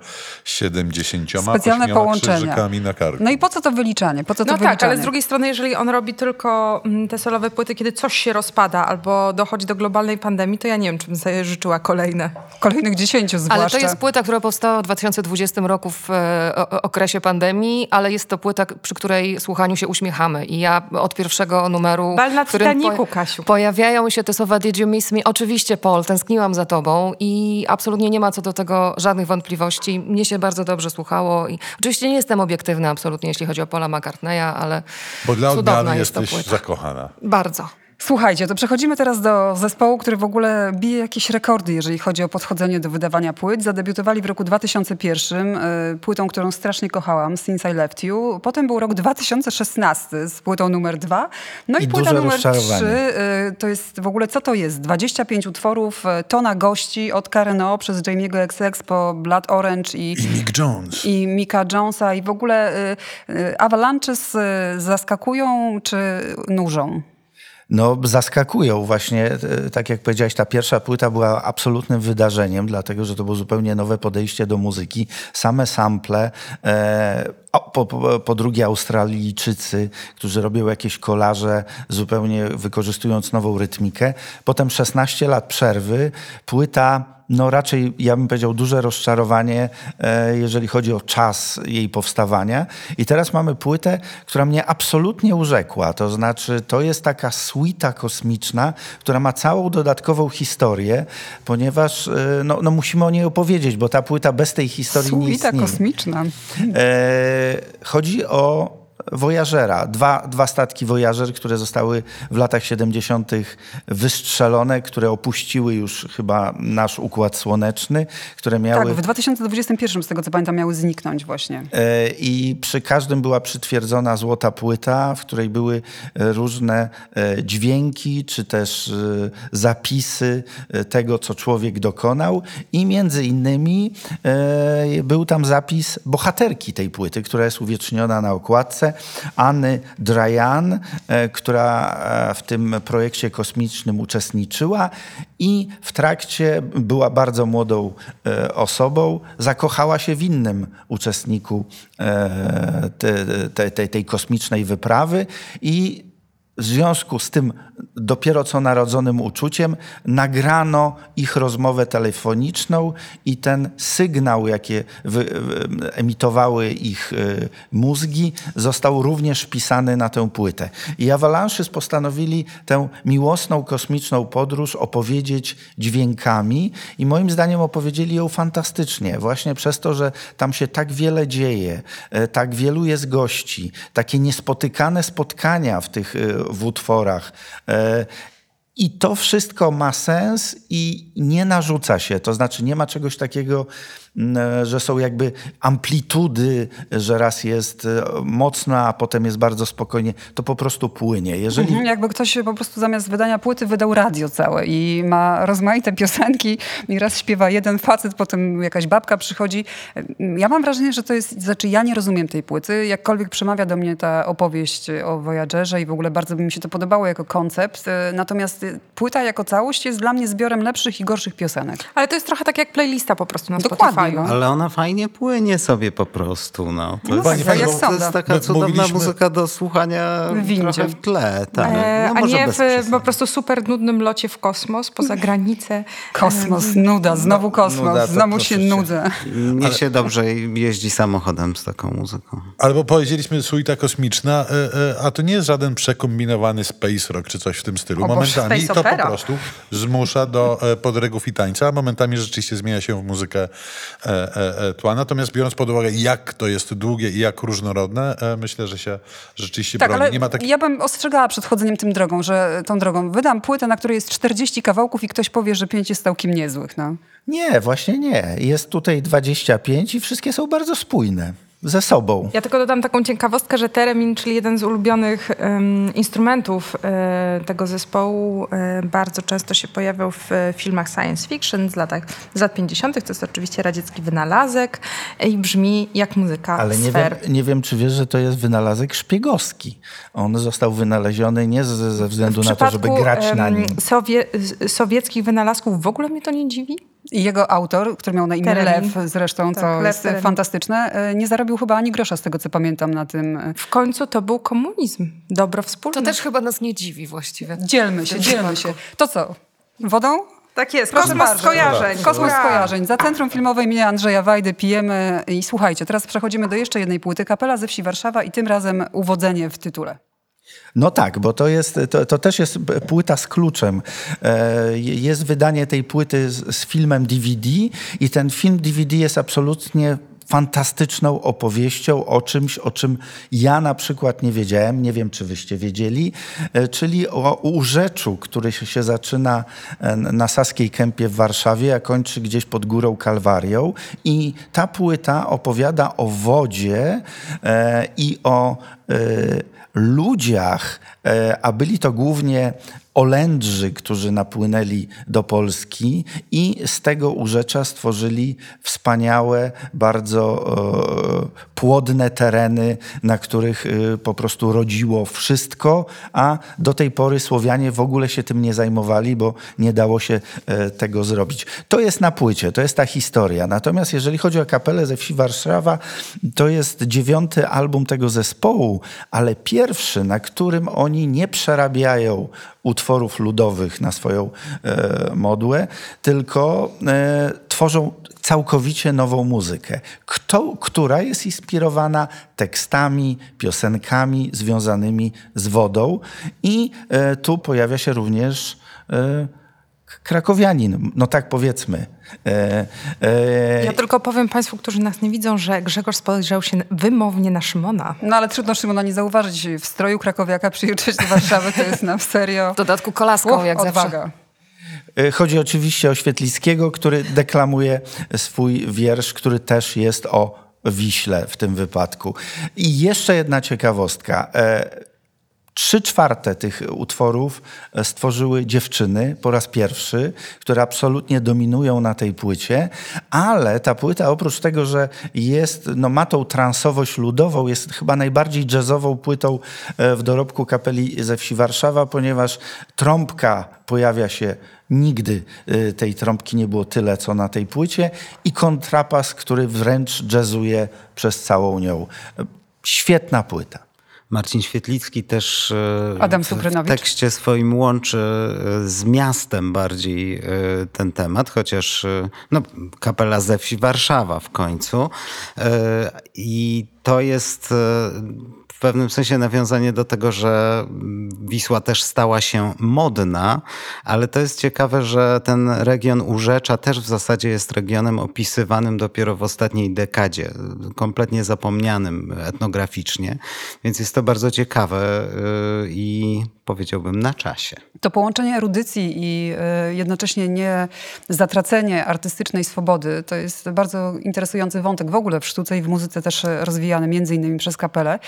78 krzyżykami na karku. No i po co to wyliczanie? Po co to No wyliczanie? tak, ale z drugiej strony, jeżeli on robi tylko te solowe płyty, kiedy coś się rozpada albo dochodzi do globalnej pandemii, to ja nie wiem, czym sobie życzyła kolejne. Kolejnych 10 zwłaszcza. Ale to jest płyta, która powstała w 2020 roku w okresie pandemii, ale jest to płyta, przy której słuchaniu się uśmiechamy. I ja od pierwszego numeru, Bal na w którym Titanicu, Kasiu. pojawiają się te słowa Did you miss me? Oczywiście, Paul, tęskniłam za tobą i absolutnie nie ma co do tego żadnych wątpliwości. Mnie się bardzo dobrze słuchało i oczywiście nie jestem obiektywna absolutnie, jeśli chodzi o Paula McCartneya, ale Bo dla cudowna odmiany jest to jesteś płyta. zakochana. Bardzo. Słuchajcie, to przechodzimy teraz do zespołu, który w ogóle bije jakieś rekordy, jeżeli chodzi o podchodzenie do wydawania płyt. Zadebiutowali w roku 2001 płytą, którą strasznie kochałam, Since I Left You. Potem był rok 2016 z płytą numer 2. No i płyta duże numer 3 rozczarowanie. to jest w ogóle, co to jest? 25 utworów, tona gości od Karen O przez Jamie'ego XX po Blood Orange I Mick Jones. i Micka Jonesa i w ogóle Avalanches zaskakują czy nużą? No, zaskakują właśnie, tak jak powiedziałeś, ta pierwsza płyta była absolutnym wydarzeniem, dlatego że to było zupełnie nowe podejście do muzyki. Same sample, po drugie Australijczycy, którzy robią jakieś kolaże, zupełnie wykorzystując nową rytmikę. Potem 16 lat przerwy, płyta, no raczej ja bym powiedział duże rozczarowanie, jeżeli chodzi o czas jej powstawania. I teraz mamy płytę, która mnie absolutnie urzekła. To znaczy, to jest taka suita kosmiczna, która ma całą dodatkową historię, ponieważ no musimy o niej opowiedzieć, bo ta płyta bez tej historii nie Suita istnieje. kosmiczna. Chodzi o Voyagera. Dwa statki Voyager, które zostały w latach 70. wystrzelone, które opuściły już chyba nasz Układ Słoneczny, które miały... Tak, w 2021, z tego co pamiętam, miały zniknąć właśnie. I przy każdym była przytwierdzona złota płyta, w której były różne dźwięki, czy też zapisy tego, co człowiek dokonał. I między innymi był tam zapis bohaterki tej płyty, która jest uwieczniona na okładce, Anny Drayan, która w tym projekcie kosmicznym uczestniczyła i w trakcie była bardzo młodą osobą, zakochała się w innym uczestniku tej kosmicznej wyprawy i w związku z tym dopiero co narodzonym uczuciem nagrano ich rozmowę telefoniczną i ten sygnał, jaki emitowały ich mózgi, został również wpisany na tę płytę. I Avalanches postanowili tę miłosną kosmiczną podróż opowiedzieć dźwiękami i moim zdaniem opowiedzieli ją fantastycznie. Właśnie przez to, że tam się tak wiele dzieje, tak wielu jest gości, takie niespotykane spotkania w utworach. I to wszystko ma sens i nie narzuca się. To znaczy nie ma czegoś takiego, że są jakby amplitudy, że raz jest mocna, a potem jest bardzo spokojnie. To po prostu płynie. Jeżeli... Jakby ktoś po prostu zamiast wydania płyty wydał radio całe i ma rozmaite piosenki i raz śpiewa jeden facet, potem jakaś babka przychodzi. Ja mam wrażenie, że to jest, znaczy ja nie rozumiem tej płyty. Jakkolwiek przemawia do mnie ta opowieść o Voyagerze i w ogóle bardzo by mi się to podobało jako koncept. Natomiast Natomiast płyta jako całość jest dla mnie zbiorem lepszych i gorszych piosenek. Ale to jest trochę tak jak playlista po prostu na Dokładnie, Spotify'u. no. Ale ona fajnie płynie sobie po prostu. No. To, No jest, tak, jak to sądzę. jest taka My cudowna mówiliśmy- muzyka do słuchania W windzie. trochę w tle. Tak. A może nie bez w przesady. po prostu super nudnym locie w kosmos, poza granicę. Kosmos, nuda, znowu kosmos, nuda to znowu się troszeczkę. nudzę. Mnie się dobrze jeździ samochodem z taką muzyką. Albo powiedzieliśmy suita kosmiczna, a to nie jest żaden przekombinowany space rock czy coś w tym stylu. O Boże, Momentami space to po opera. prostu zmusza do podrygów i tańca, a momentami rzeczywiście zmienia się w muzykę tła. Natomiast biorąc pod uwagę, jak to jest długie i jak różnorodne, myślę, że się rzeczywiście Tak, broni. ale Nie ma takich... ja bym ostrzegała przed chodzeniem tą drogą. Wydam płytę, na której jest 40 kawałków i ktoś powie, że 5 jest całkiem niezłych. No. Nie, właśnie nie. Jest tutaj 25 i wszystkie są bardzo spójne ze sobą. Ja tylko dodam taką ciekawostkę, że teremin, czyli jeden z ulubionych instrumentów tego zespołu, bardzo często się pojawiał w filmach science fiction z lat 50. To jest oczywiście radziecki wynalazek i brzmi jak muzyka Ale sfer. nie wiem, czy wiesz, że to jest wynalazek szpiegowski. On został wynaleziony nie ze względu na to, żeby grać na nim. Sowieckich wynalazków w ogóle mnie to nie dziwi. I jego autor, który miał na imię Teremin. Lew zresztą, Tak, co Lew jest Teremin. fantastyczne, nie zarobił chyba ani grosza z tego, co pamiętam na tym. W końcu to był komunizm. Dobro wspólne. To też chyba nas nie dziwi właściwie. Dzielmy się. To co? Wodą? Tak jest. Proszę Kosmos bardzo. skojarzeń. Kosmos Ura. skojarzeń. Za Centrum Filmowe imienia Andrzeja Wajdy pijemy i słuchajcie, teraz przechodzimy do jeszcze jednej płyty. Kapela ze Wsi Warszawa i tym razem uwodzenie w tytule. No tak, bo to też jest płyta z kluczem. Jest wydanie tej płyty z filmem DVD i ten film DVD jest absolutnie fantastyczną opowieścią o czymś, o czym ja na przykład nie wiedziałem, nie wiem, czy wyście wiedzieli, czyli o Urzeczu, który się zaczyna na Saskiej Kępie w Warszawie, a kończy gdzieś pod Górą Kalwarią. I ta płyta opowiada o wodzie i o ludziach, a byli to głównie Olędrzy, którzy napłynęli do Polski i z tego Urzecza stworzyli wspaniałe, bardzo płodne tereny, na których po prostu rodziło wszystko, a do tej pory Słowianie w ogóle się tym nie zajmowali, bo nie dało się tego zrobić. To jest na płycie, to jest ta historia. Natomiast jeżeli chodzi o kapelę ze Wsi Warszawa, to jest 9. album tego zespołu, ale pierwszy, na którym oni nie przerabiają utworów ludowych na swoją modłę, tylko tworzą całkowicie nową muzykę, która jest inspirowana tekstami, piosenkami związanymi z wodą i tu pojawia się również krakowianin, no tak powiedzmy. Ja tylko powiem Państwu, którzy nas nie widzą, że Grzegorz spojrzał się wymownie na Szymona. No ale trudno Szymona nie zauważyć. W stroju krakowiaka przyjeżdżać do Warszawy to jest na serio... W dodatku kolaską, jak odwaga. zawsze. Chodzi oczywiście o Świetlickiego, który deklamuje swój wiersz, który też jest o Wiśle w tym wypadku. I jeszcze jedna ciekawostka. 3/4 tych utworów stworzyły dziewczyny po raz pierwszy, które absolutnie dominują na tej płycie, ale ta płyta oprócz tego, że jest, no, ma tą transowość ludową, jest chyba najbardziej jazzową płytą w dorobku kapeli ze Wsi Warszawa, ponieważ trąbka pojawia się, nigdy tej trąbki nie było tyle, co na tej płycie, i kontrapas, który wręcz jazzuje przez całą nią. Świetna płyta. Marcin Świetlicki też Adam w Sukrynowicz. tekście swoim łączy z miastem bardziej ten temat, chociaż no, kapela ze Wsi Warszawa w końcu. I to jest w pewnym sensie nawiązanie do tego, że Wisła też stała się modna, ale to jest ciekawe, że ten region Urzecza też w zasadzie jest regionem opisywanym dopiero w ostatniej dekadzie, kompletnie zapomnianym etnograficznie, więc jest to bardzo ciekawe i powiedziałbym na czasie. To połączenie erudycji i jednocześnie nie zatracenie artystycznej swobody to jest bardzo interesujący wątek w ogóle w sztuce i w muzyce też rozwijany między innymi przez kapelę.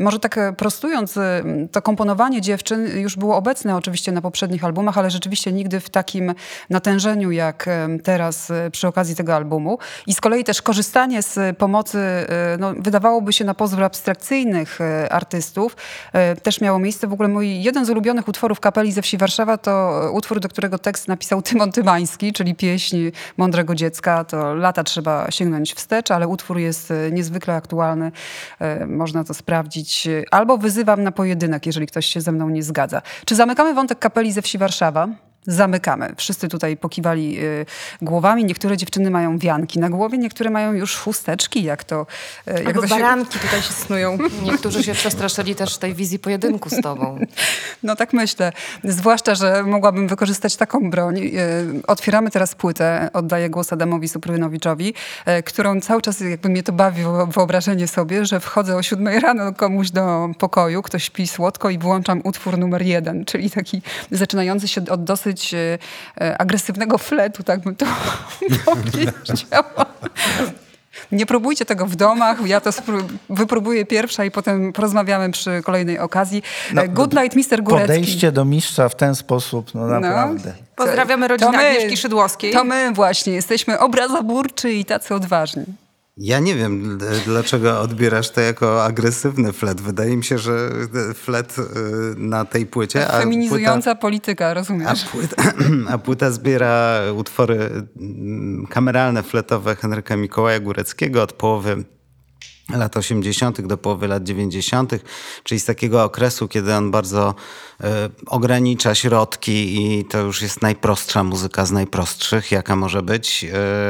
Może tak prostując, to komponowanie dziewczyn już było obecne oczywiście na poprzednich albumach, ale rzeczywiście nigdy w takim natężeniu jak teraz przy okazji tego albumu. I z kolei też korzystanie z pomocy, no, wydawałoby się na pozór abstrakcyjnych artystów, też miało miejsce. W ogóle mój jeden z ulubionych utworów Kapeli ze Wsi Warszawa to utwór, do którego tekst napisał Tymon Tymański, czyli pieśń Mądrego Dziecka. To lata trzeba sięgnąć wstecz, ale utwór jest niezwykle aktualny. Można to sprawdzić. Albo wyzywam na pojedynek, jeżeli ktoś się ze mną nie zgadza. Czy zamykamy wątek Kapeli ze Wsi Warszawa? Zamykamy. Wszyscy tutaj pokiwali głowami. Niektóre dziewczyny mają wianki na głowie, niektóre mają już chusteczki, jak to... Albo baranki tutaj się snują. Niektórzy się przestraszyli też tej wizji pojedynku z tobą. No tak myślę. Zwłaszcza, że mogłabym wykorzystać taką broń. Otwieramy teraz płytę, oddaję głos Adamowi Suprynowiczowi, którą cały czas jakby mnie to bawi wyobrażenie sobie, że wchodzę o 7 rano komuś do pokoju, ktoś śpi słodko i włączam utwór numer 1, czyli taki zaczynający się od dosyć agresywnego fletu, tak bym to powiedziała. Nie próbujcie tego w domach, ja to wypróbuję pierwsza i potem porozmawiamy przy kolejnej okazji. Good night, Mr. Górecki. Podejście do mistrza w ten sposób, no naprawdę. Pozdrawiamy rodzinę Agnieszki Szydłowskiej. To my właśnie jesteśmy obrazoburczy i tacy odważni. Ja nie wiem, dlaczego odbierasz to jako agresywny flet. Wydaje mi się, że flet na tej płycie... Feminizująca polityka, rozumiesz? A płyta zbiera utwory kameralne, fletowe Henryka Mikołaja Góreckiego od połowy lat 80. do połowy lat 90., czyli z takiego okresu, kiedy on bardzo ogranicza środki i to już jest najprostsza muzyka z najprostszych, jaka może być.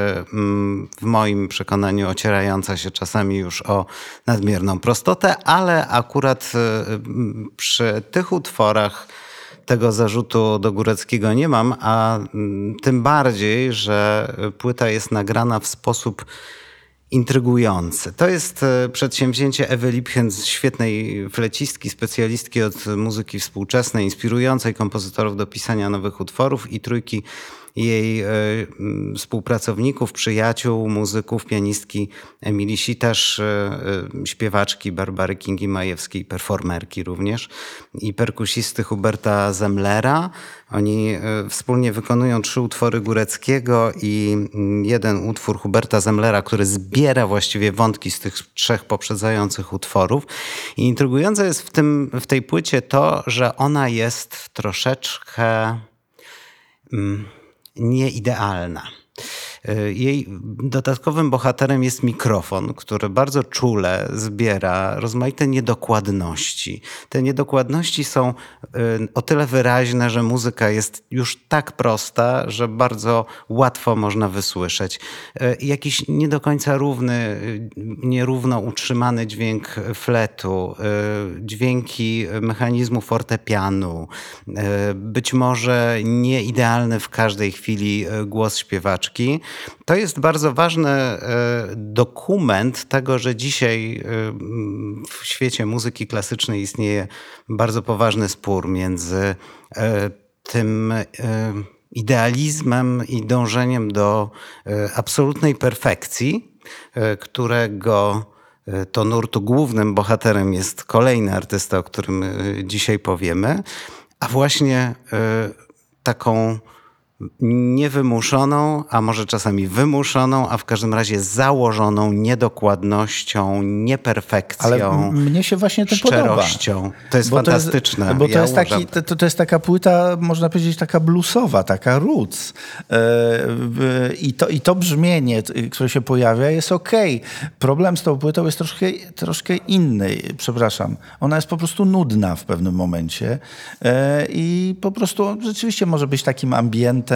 W moim przekonaniu ocierająca się czasami już o nadmierną prostotę, ale akurat przy tych utworach tego zarzutu do Góreckiego nie mam, a tym bardziej, że płyta jest nagrana w sposób intrygujący. To jest przedsięwzięcie Ewy Lipchens, świetnej flecistki, specjalistki od muzyki współczesnej, inspirującej kompozytorów do pisania nowych utworów i trójki jej współpracowników, przyjaciół, muzyków, pianistki Emilii Sitasz, śpiewaczki Barbary Kingi-Majewskiej, performerki również i perkusisty Huberta Zemlera. Oni wspólnie wykonują 3 utwory Góreckiego i jeden utwór Huberta Zemlera, który zbiera właściwie wątki z tych 3 poprzedzających utworów. I intrygujące jest w tej płycie to, że ona jest troszeczkę nieidealna. Jej dodatkowym bohaterem jest mikrofon, który bardzo czule zbiera rozmaite niedokładności. Te niedokładności są o tyle wyraźne, że muzyka jest już tak prosta, że bardzo łatwo można wysłyszeć. Jakiś nie do końca równy, nierówno utrzymany dźwięk fletu, dźwięki mechanizmu fortepianu, być może nieidealny w każdej chwili głos śpiewaczki. To jest bardzo ważny dokument tego, że dzisiaj w świecie muzyki klasycznej istnieje bardzo poważny spór między tym idealizmem i dążeniem do absolutnej perfekcji, którego to nurtu głównym bohaterem jest kolejny artysta, o którym dzisiaj powiemy, a właśnie taką niewymuszoną, a może czasami wymuszoną, a w każdym razie założoną niedokładnością, nieperfekcją, ale mnie się właśnie to szczerością. podoba. To jest fantastyczne. Bo to jest taka płyta, można powiedzieć, taka bluesowa, taka roots. I to brzmienie, które się pojawia, jest okej. Problem z tą płytą jest troszkę inny. Przepraszam. Ona jest po prostu nudna w pewnym momencie i po prostu rzeczywiście może być takim ambientem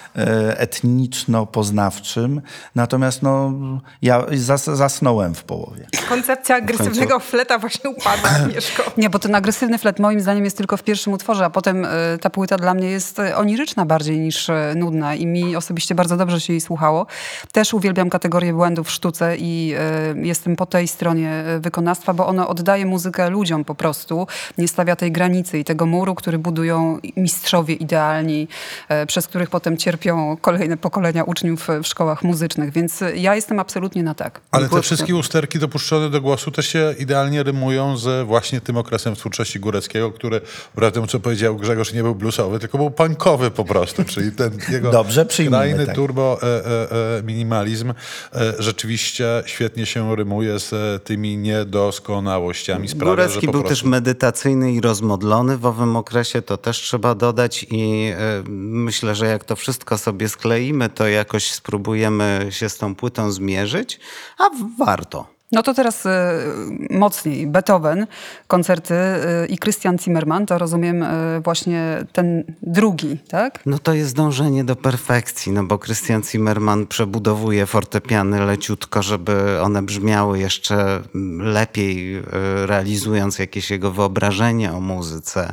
etniczno-poznawczym. Natomiast ja zasnąłem w połowie. Koncepcja agresywnego fleta właśnie upadła, Agnieszko. Nie, bo ten agresywny flet moim zdaniem jest tylko w pierwszym utworze, a potem ta płyta dla mnie jest oniryczna bardziej niż nudna i mi osobiście bardzo dobrze się jej słuchało. Też uwielbiam kategorię błędów w sztuce i jestem po tej stronie wykonawstwa, bo ono oddaje muzykę ludziom po prostu. Nie stawia tej granicy i tego muru, który budują mistrzowie idealni, przez który których potem cierpią kolejne pokolenia uczniów w szkołach muzycznych. Więc ja jestem absolutnie na tak. Ale te wszystkie usterki dopuszczone do głosu też się idealnie rymują z właśnie tym okresem w twórczości Góreckiego, który, wbrew temu, co powiedział Grzegorz, nie był bluesowy, tylko był punkowy po prostu, czyli ten jego Dobrze, skrajny tak. turbo minimalizm rzeczywiście świetnie się rymuje z tymi niedoskonałościami. Sprawia, Górecki że był też medytacyjny i rozmodlony w owym okresie, to też trzeba dodać i myślę, że jak to wszystko sobie skleimy, to jakoś spróbujemy się z tą płytą zmierzyć, a warto. No to teraz mocniej. Beethoven, koncerty i Christian Zimmermann, to rozumiem właśnie ten drugi, tak? No to jest dążenie do perfekcji, no bo Christian Zimmermann przebudowuje fortepiany leciutko, żeby one brzmiały jeszcze lepiej, realizując jakieś jego wyobrażenie o muzyce.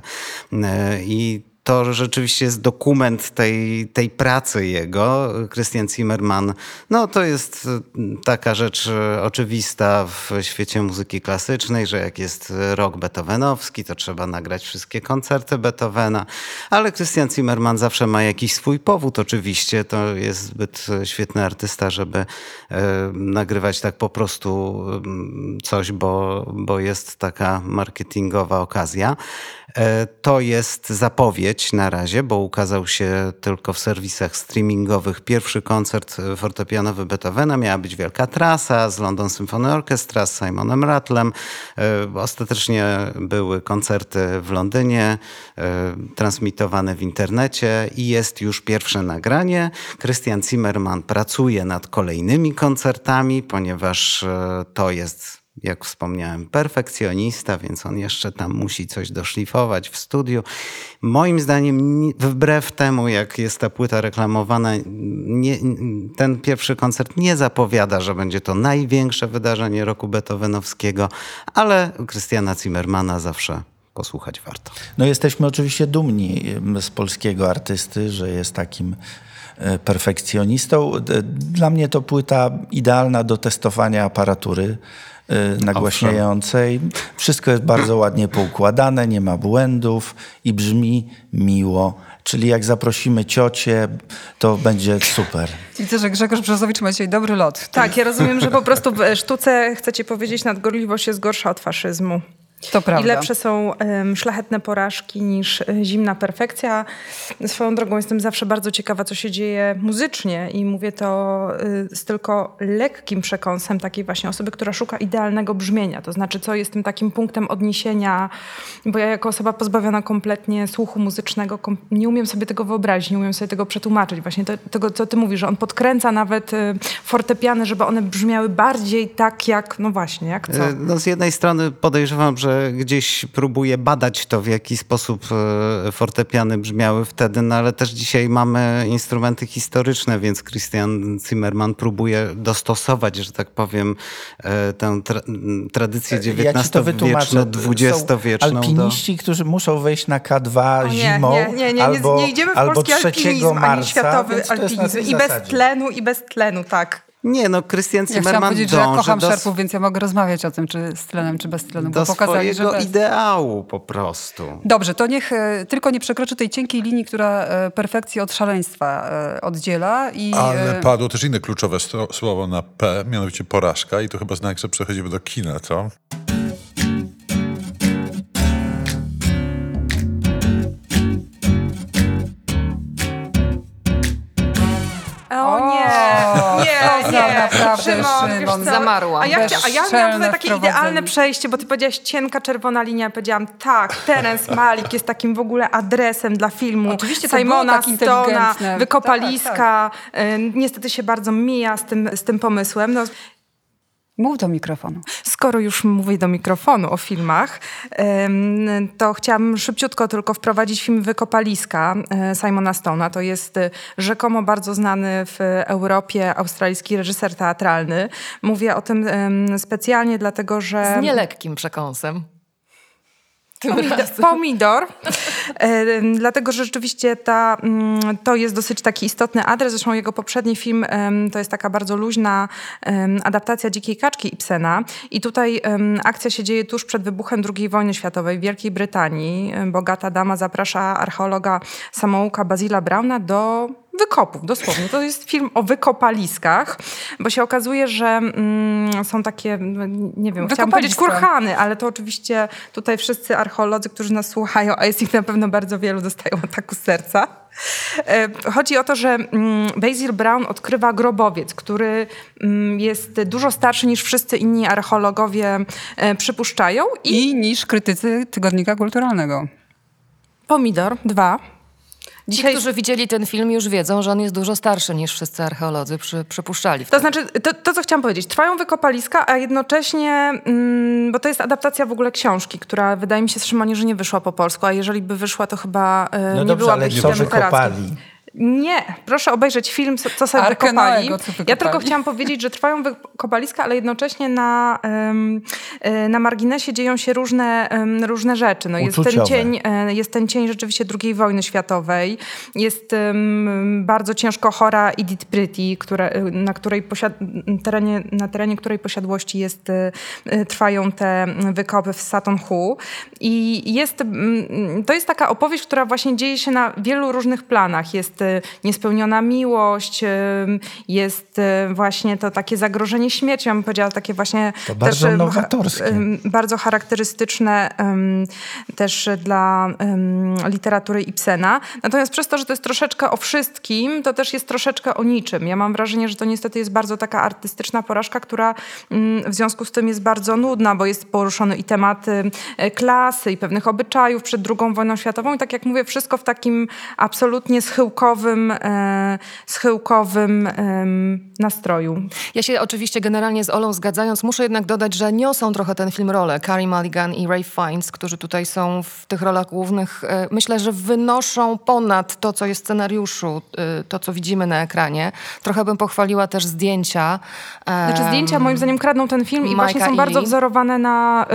I to rzeczywiście jest dokument tej pracy jego. Christian Zimmermann, no to jest taka rzecz oczywista w świecie muzyki klasycznej, że jak jest rok beethovenowski, to trzeba nagrać wszystkie koncerty Beethovena, ale Christian Zimmermann zawsze ma jakiś swój powód oczywiście. To jest zbyt świetny artysta, żeby nagrywać tak po prostu coś, bo jest taka marketingowa okazja. To jest zapowiedź na razie, bo ukazał się tylko w serwisach streamingowych pierwszy koncert fortepianowy Beethovena. Miała być wielka trasa z London Symphony Orchestra, z Simonem Rattlem. Ostatecznie były koncerty w Londynie, transmitowane w internecie i jest już pierwsze nagranie. Christian Zimmermann pracuje nad kolejnymi koncertami, ponieważ to jest, jak wspomniałem, perfekcjonista, więc on jeszcze tam musi coś doszlifować w studiu. Moim zdaniem, wbrew temu, jak jest ta płyta reklamowana, ten pierwszy koncert nie zapowiada, że będzie to największe wydarzenie roku beethovenowskiego, ale Christiana Zimmermana zawsze posłuchać warto. No jesteśmy oczywiście dumni z polskiego artysty, że jest takim perfekcjonistą. Dla mnie to płyta idealna do testowania aparatury nagłaśniającej. Wszystko jest bardzo ładnie poukładane, nie ma błędów i brzmi miło. Czyli jak zaprosimy ciocię, to będzie super. Widzę, że Grzegorz Brzozowicz ma dzisiaj dobry lot. Tak, ja rozumiem, że po prostu w sztuce, chcecie powiedzieć, nadgorliwość jest gorsza od faszyzmu. To prawda. I lepsze są szlachetne porażki niż zimna perfekcja. Swoją drogą jestem zawsze bardzo ciekawa, co się dzieje muzycznie i mówię to z tylko lekkim przekąsem takiej właśnie osoby, która szuka idealnego brzmienia. To znaczy, co jest tym takim punktem odniesienia, bo ja jako osoba pozbawiona kompletnie słuchu muzycznego nie umiem sobie tego wyobrazić, nie umiem sobie tego przetłumaczyć. Właśnie tego, co ty mówisz, że on podkręca nawet fortepiany, żeby one brzmiały bardziej tak jak, no właśnie, jak co? No z jednej strony podejrzewam, że gdzieś próbuje badać to, w jaki sposób fortepiany brzmiały wtedy, no ale też dzisiaj mamy instrumenty historyczne, więc Christian Zimmermann próbuje dostosować, że tak powiem, tę tradycję XIX-wieczną, XX-wieczną. Alpiniści, którzy muszą wejść na K2 zimą, nie idziemy w albo polski 3 alpinizm, marca, ani światowy więc to jest na alpinizm. tej I bez tlenu, tak. Nie, no Christian Ja chciałam Zimmermann powiedzieć, że ja dąży kocham do Szerpów, więc ja mogę rozmawiać o tym, czy z tlenem, czy bez tlenu. do Bo pokazali, że swojego bez. ideału po prostu. Dobrze, to niech tylko nie przekroczy tej cienkiej linii, która perfekcję od szaleństwa oddziela. Ale padło też inne kluczowe słowo na P, mianowicie porażka i to chyba znak, że przechodzimy do kina, co? O nie, naprawdę, Szymon, wiesz Szymon, co? zamarła. A ja miałam Bezczelne tutaj takie wprowadzenie. idealne przejście, bo ty powiedziałaś cienka czerwona linia, ja powiedziałam tak, Terence Malick jest takim w ogóle adresem dla filmu. Oczywiście to Simona było tak Stona, inteligentne. Wykopaliska. Niestety się bardzo mija z tym pomysłem. No, Mów do mikrofonu. skoro już mówię do mikrofonu o filmach, to chciałam szybciutko tylko wprowadzić film Wykopaliska Simona Stona. To jest rzekomo bardzo znany w Europie australijski reżyser teatralny. Mówię o tym specjalnie dlatego, że... Z nielekkim przekąsem. Pomidor. Dlatego, że rzeczywiście to jest dosyć taki istotny adres. Zresztą jego poprzedni film to jest taka bardzo luźna adaptacja Dzikiej kaczki Ibsena. I tutaj akcja się dzieje tuż przed wybuchem II wojny światowej w Wielkiej Brytanii. Bogata dama zaprasza archeologa samouka Bazila Browna do wykopów, dosłownie. To jest film o wykopaliskach, bo się okazuje, że są takie, nie wiem, chciałam powiedzieć kurhany, ale to oczywiście tutaj wszyscy archeolodzy, którzy nas słuchają, a jest ich na pewno bardzo wielu, dostają ataku serca. Chodzi o to, że Basil Brown odkrywa grobowiec, który jest dużo starszy niż wszyscy inni archeologowie przypuszczają. I niż krytycy Tygodnika Kulturalnego. Pomidor, 2. Ci, którzy widzieli ten film, już wiedzą, że on jest dużo starszy niż wszyscy archeolodzy przypuszczali. To znaczy, to co chciałam powiedzieć, trwają wykopaliska, a jednocześnie, bo to jest adaptacja w ogóle książki, która wydaje mi się, Szymonie, że nie wyszła po polsku, a jeżeli by wyszła, to chyba nie byłaby hitem literackim. Nie, proszę obejrzeć film, co sobie wykopali. Ja tylko chciałam powiedzieć, że trwają wykopaliska, ale jednocześnie na marginesie dzieją się różne rzeczy. No, jest ten cień rzeczywiście II wojny światowej. Jest bardzo ciężko chora Edith Pretty, na terenie której posiadłości trwają te wykopy w Sutton Hoo. I to jest taka opowieść, która właśnie dzieje się na wielu różnych planach. Jest niespełniona miłość, jest właśnie to takie zagrożenie śmiercią, ja bym powiedziała, takie właśnie to bardzo nowatorskie. Bardzo charakterystyczne też dla literatury Ibsena. Natomiast przez to, że to jest troszeczkę o wszystkim, to też jest troszeczkę o niczym. Ja mam wrażenie, że to niestety jest bardzo taka artystyczna porażka, która w związku z tym jest bardzo nudna, bo jest poruszony i temat klasy, i pewnych obyczajów przed II wojną światową i tak jak mówię, wszystko w takim absolutnie schyłkowym nastroju. Ja się oczywiście generalnie z Olą zgadzając, muszę jednak dodać, że niosą trochę ten film rolę Carey Mulligan i Ralph Fiennes, którzy tutaj są w tych rolach głównych. Myślę, że wynoszą ponad to, co jest w scenariuszu, to, co widzimy na ekranie. Trochę bym pochwaliła też zdjęcia. Znaczy zdjęcia moim zdaniem kradną ten film i właśnie są bardzo wzorowane na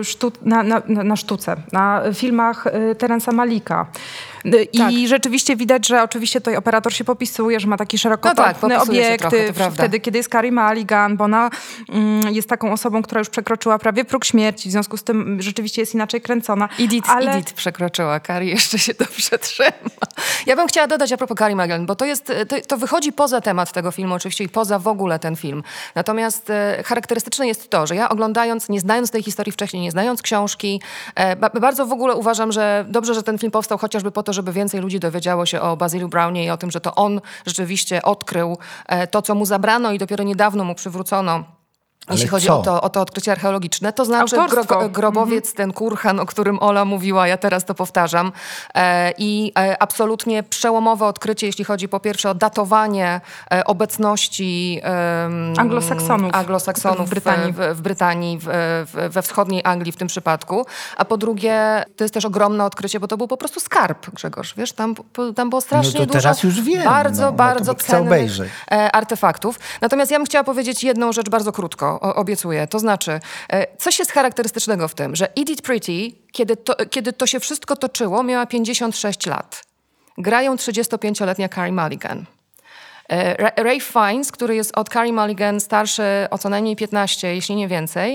sztuce, na filmach Terence'a Malicka. I rzeczywiście widać, że oczywiście tutaj operator się popisuje, że ma taki szerokokątny obiektyw, wtedy, kiedy jest Carey Mulligan, bo ona jest taką osobą, która już przekroczyła prawie próg śmierci, w związku z tym rzeczywiście jest inaczej kręcona. Edith przekroczyła, Carey jeszcze się dobrze trzyma. Ja bym chciała dodać a propos Carey Mulligan, bo to wychodzi poza temat tego filmu oczywiście i poza w ogóle ten film. Natomiast charakterystyczne jest to, że ja oglądając, nie znając tej historii wcześniej, nie znając książki, bardzo w ogóle uważam, że dobrze, że ten film powstał chociażby po to, żeby więcej ludzi dowiedziało się o Bazilu Brownie i o tym, że to on rzeczywiście odkrył to, co mu zabrano i dopiero niedawno mu przywrócono. Jeśli chodzi o to odkrycie archeologiczne, to znaczy grobowiec, ten kurhan, o którym Ola mówiła, ja teraz to powtarzam. I absolutnie przełomowe odkrycie, jeśli chodzi po pierwsze o datowanie obecności anglosaksonów w Brytanii, we wschodniej Anglii w tym przypadku. A po drugie, to jest też ogromne odkrycie, bo to był po prostu skarb, Grzegorz. Wiesz, tam było strasznie dużo teraz już wiem, bardzo cennych artefaktów. Natomiast ja bym chciała powiedzieć jedną rzecz bardzo krótko. Obiecuję. To znaczy, coś jest charakterystycznego w tym, że Edith Pretty, kiedy to się wszystko toczyło, miała 56 lat. Grają 35-letnia Carey Mulligan. Ralph Fiennes, który jest od Carey Mulligan starszy o co najmniej 15, jeśli nie więcej,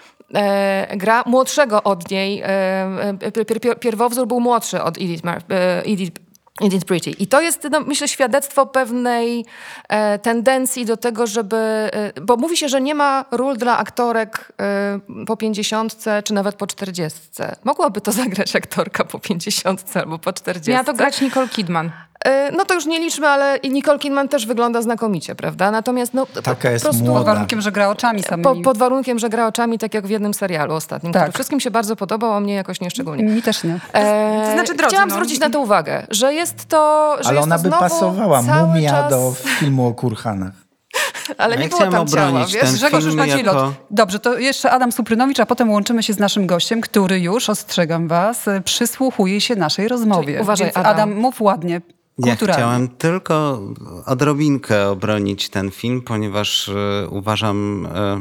gra młodszego od niej. Pierwowzór był młodszy od Edith Pretty. I to jest, myślę, świadectwo pewnej tendencji do tego, żeby... Bo mówi się, że nie ma ról dla aktorek po 50 czy nawet po 40. Mogłaby to zagrać aktorka po 50 albo po 40. Miała to grać Nicole Kidman. No to już nie liczmy, ale Nicole Kidman też wygląda znakomicie, prawda? Natomiast taka jest młoda. Pod warunkiem, że gra oczami samymi. Pod warunkiem, że gra oczami, tak jak w jednym serialu ostatnim, który wszystkim się bardzo podobał, a mnie jakoś nie szczególnie. Mi też nie. To znaczy, chciałam zwrócić na to uwagę, że jest to... Ale ona by pasowała, mumia do filmu o kurhanach. Ale nie było tam ciała, wiesz? Grzegorz już macie lot. Dobrze, to jeszcze Adam Suprynowicz, a potem łączymy się z naszym gościem, który już, ostrzegam was, przysłuchuje się naszej rozmowie. Czyli uważaj, więc Adam, mów ładnie. Ja chciałem tylko odrobinkę obronić ten film, ponieważ uważam,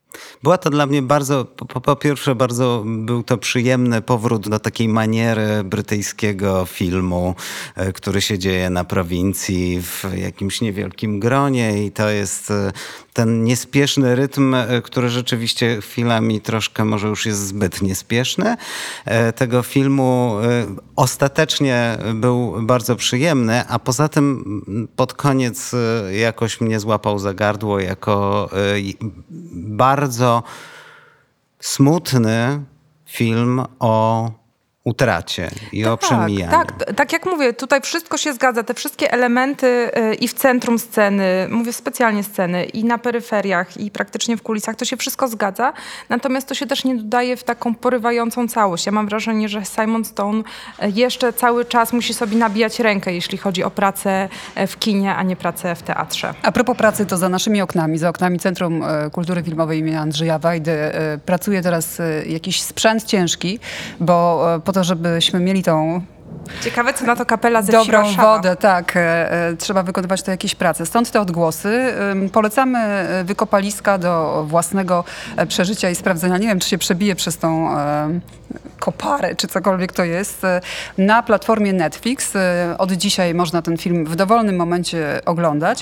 Była to dla mnie po pierwsze bardzo był to przyjemny powrót do takiej maniery brytyjskiego filmu, który się dzieje na prowincji w jakimś niewielkim gronie i to jest ten niespieszny rytm, który rzeczywiście chwilami troszkę może już jest zbyt niespieszny. Tego filmu ostatecznie był bardzo przyjemny, a poza tym pod koniec jakoś mnie złapał za gardło jako bardzo smutny film o utracie i o przemijaniu. Tak jak mówię, tutaj wszystko się zgadza. Te wszystkie elementy i w centrum sceny, mówię specjalnie sceny, i na peryferiach, i praktycznie w kulisach, to się wszystko zgadza. Natomiast to się też nie dodaje w taką porywającą całość. Ja mam wrażenie, że Simon Stone jeszcze cały czas musi sobie nabijać rękę, jeśli chodzi o pracę w kinie, a nie pracę w teatrze. A propos pracy, to za naszymi oknami, za oknami Centrum Kultury Filmowej im. Andrzeja Wajdy pracuje teraz jakiś sprzęt ciężki, bo po to, żebyśmy mieli tą Ciekawe, co na to kapela ze dobrą wsi Warszawa. wodę, tak. Trzeba wykonywać to jakieś prace. Stąd te odgłosy. Polecamy wykopaliska do własnego przeżycia i sprawdzenia. Nie wiem, czy się przebije przez tą koparę, czy cokolwiek to jest. Na platformie Netflix od dzisiaj można ten film w dowolnym momencie oglądać.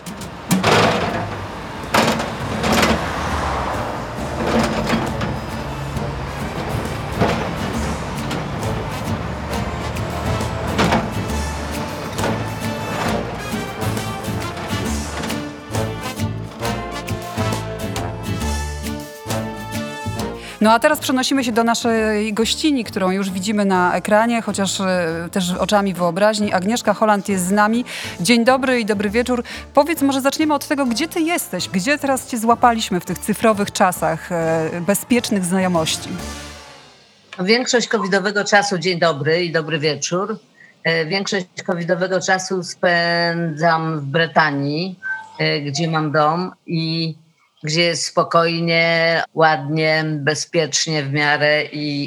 No a teraz przenosimy się do naszej gościni, którą już widzimy na ekranie, chociaż też oczami wyobraźni. Agnieszka Holland jest z nami. Dzień dobry i dobry wieczór. Powiedz, może zaczniemy od tego, gdzie ty jesteś? Gdzie teraz cię złapaliśmy w tych cyfrowych czasach bezpiecznych znajomości? Większość covidowego czasu, dzień dobry i dobry wieczór. Większość covidowego czasu spędzam w Brytanii, gdzie mam dom i gdzie jest spokojnie, ładnie, bezpiecznie w miarę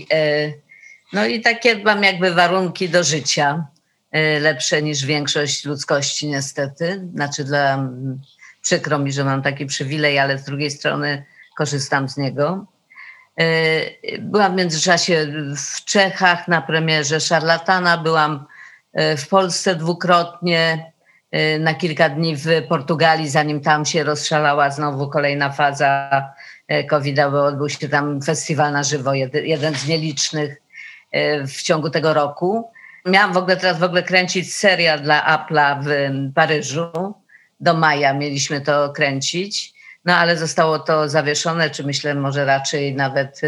no i takie mam jakby warunki do życia lepsze niż większość ludzkości niestety. Znaczy przykro mi, że mam taki przywilej, ale z drugiej strony korzystam z niego. Byłam w międzyczasie w Czechach na premierze Szarlatana, byłam w Polsce dwukrotnie, na kilka dni w Portugalii, zanim tam się rozszalała znowu kolejna faza COVID-a, bo odbył się tam festiwal na żywo, jeden z nielicznych w ciągu tego roku. Miałam teraz kręcić serial dla Apple'a w Paryżu. Do maja mieliśmy to kręcić, no ale zostało to zawieszone, czy myślę może raczej nawet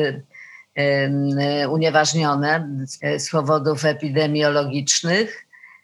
unieważnione z powodów epidemiologicznych.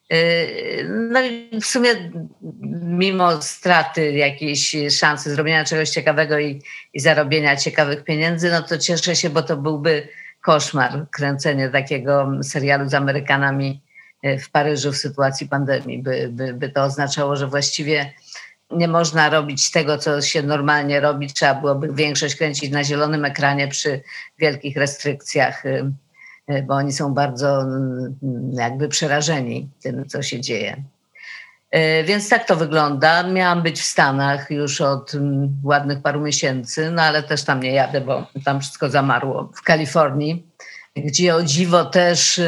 No i w sumie mimo straty jakiejś szansy zrobienia czegoś ciekawego i zarobienia ciekawych pieniędzy, no to cieszę się, bo to byłby koszmar kręcenie takiego serialu z Amerykanami w Paryżu w sytuacji pandemii. By to oznaczało, że właściwie nie można robić tego, co się normalnie robi. Trzeba byłoby większość kręcić na zielonym ekranie przy wielkich restrykcjach, bo oni są bardzo jakby przerażeni tym, co się dzieje. Więc tak to wygląda. Miałam być w Stanach już od ładnych paru miesięcy, no ale też tam nie jadę, bo tam wszystko zamarło. W Kalifornii, gdzie o dziwo też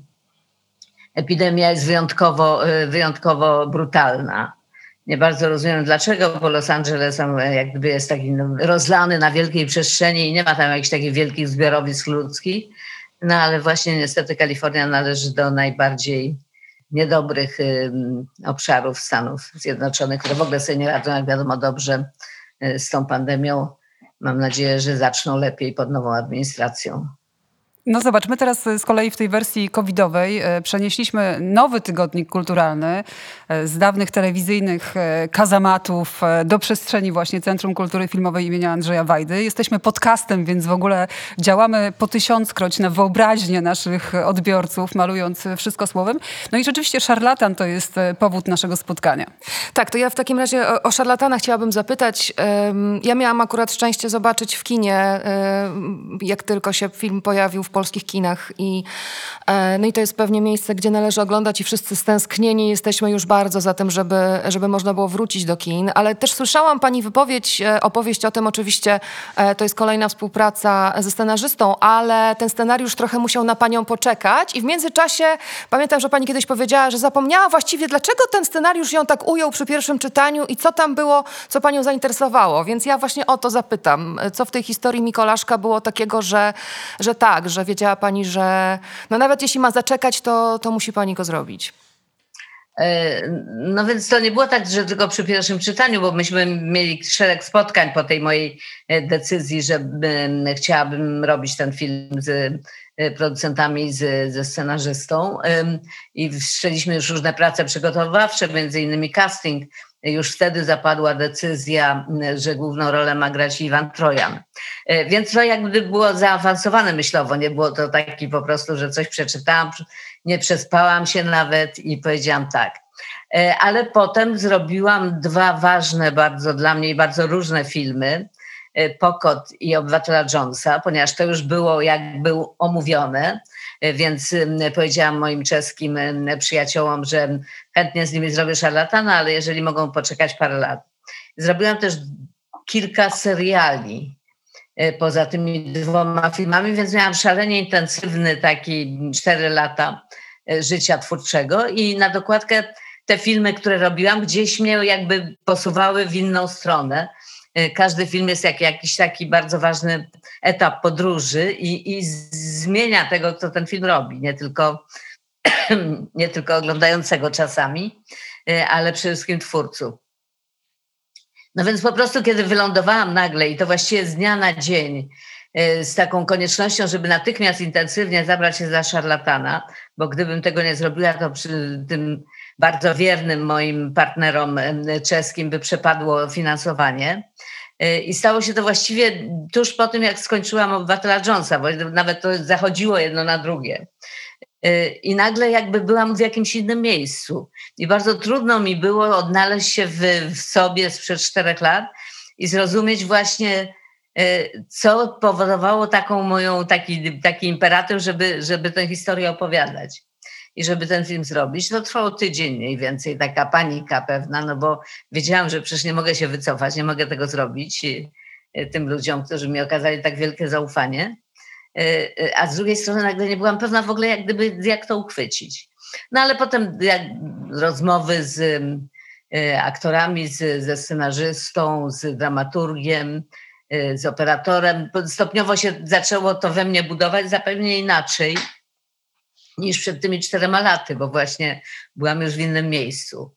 epidemia jest wyjątkowo brutalna. Nie bardzo rozumiem dlaczego, bo Los Angeles jak gdyby jest taki rozlany na wielkiej przestrzeni i nie ma tam jakichś takich wielkich zbiorowisk ludzkich. No ale właśnie niestety Kalifornia należy do najbardziej niedobrych obszarów Stanów Zjednoczonych, które w ogóle sobie nie radzą, jak wiadomo, dobrze z tą pandemią. Mam nadzieję, że zaczną lepiej pod nową administracją. No zobacz, my teraz z kolei w tej wersji covidowej przenieśliśmy nowy tygodnik kulturalny z dawnych telewizyjnych kazamatów do przestrzeni właśnie Centrum Kultury Filmowej im. Andrzeja Wajdy. Jesteśmy podcastem, więc w ogóle działamy po 1000-kroć na wyobraźnię naszych odbiorców, malując wszystko słowem. No i rzeczywiście Szarlatan to jest powód naszego spotkania. Tak, to ja w takim razie o Szarlatana chciałabym zapytać. Ja miałam akurat szczęście zobaczyć w kinie, jak tylko się film pojawił w w polskich kinach no i to jest pewnie miejsce, gdzie należy oglądać i wszyscy stęsknieni jesteśmy już bardzo za tym, żeby można było wrócić do kin, ale też słyszałam pani opowieść o tym, oczywiście to jest kolejna współpraca ze scenarzystą, ale ten scenariusz trochę musiał na panią poczekać i w międzyczasie pamiętam, że pani kiedyś powiedziała, że zapomniała właściwie, dlaczego ten scenariusz ją tak ujął przy pierwszym czytaniu i co tam było, co panią zainteresowało. Więc ja właśnie o to zapytam. Co w tej historii Mikolaszka było takiego, że wiedziała pani, że no nawet jeśli ma zaczekać, to musi pani go zrobić. No więc to nie było tak, że tylko przy pierwszym czytaniu, bo myśmy mieli szereg spotkań po tej mojej decyzji, że chciałabym robić ten film z producentami, ze scenarzystą i wszczęliśmy już różne prace przygotowawcze, między innymi casting. Już wtedy zapadła decyzja, że główną rolę ma grać Iwan Trojan. Więc to jakby było zaawansowane myślowo, nie było to taki po prostu, że coś przeczytałam, nie przespałam się nawet i powiedziałam tak. Ale potem zrobiłam 2 ważne bardzo dla mnie i bardzo różne filmy, Pokot i Obywatela Jonesa, ponieważ to już było jakby omówione, więc powiedziałam moim czeskim przyjaciołom, że chętnie z nimi zrobię Szarlatana, ale jeżeli mogą poczekać parę lat. Zrobiłam też kilka seriali poza tymi 2 filmami, więc miałam szalenie intensywny taki 4 lata życia twórczego i na dokładkę te filmy, które robiłam, gdzieś mnie jakby posuwały w inną stronę. Każdy film jest jakiś taki bardzo ważny etap podróży i zmienia tego, kto ten film robi. Nie tylko oglądającego czasami, ale przede wszystkim twórców. No więc po prostu, kiedy wylądowałam nagle i to właściwie z dnia na dzień, z taką koniecznością, żeby natychmiast intensywnie zabrać się za Szarlatana, bo gdybym tego nie zrobiła, to przy tym bardzo wiernym moim partnerom czeskim by przepadło finansowanie. I stało się to właściwie tuż po tym, jak skończyłam Obywatela Jonesa, bo nawet to zachodziło jedno na drugie. I nagle jakby byłam w jakimś innym miejscu. I bardzo trudno mi było odnaleźć się w sobie sprzed 4 lat i zrozumieć właśnie, co powodowało taki imperatyw, żeby tę historię opowiadać i żeby ten film zrobić. To trwało tydzień mniej więcej, taka panika pewna, no bo wiedziałam, że przecież nie mogę się wycofać, nie mogę tego zrobić tym ludziom, którzy mi okazali tak wielkie zaufanie. A z drugiej strony nagle nie byłam pewna w ogóle jak to uchwycić. No ale potem rozmowy z aktorami, ze scenarzystą, z dramaturgiem, z operatorem. Stopniowo się zaczęło to we mnie budować zupełnie inaczej niż przed tymi 4 laty, bo właśnie byłam już w innym miejscu.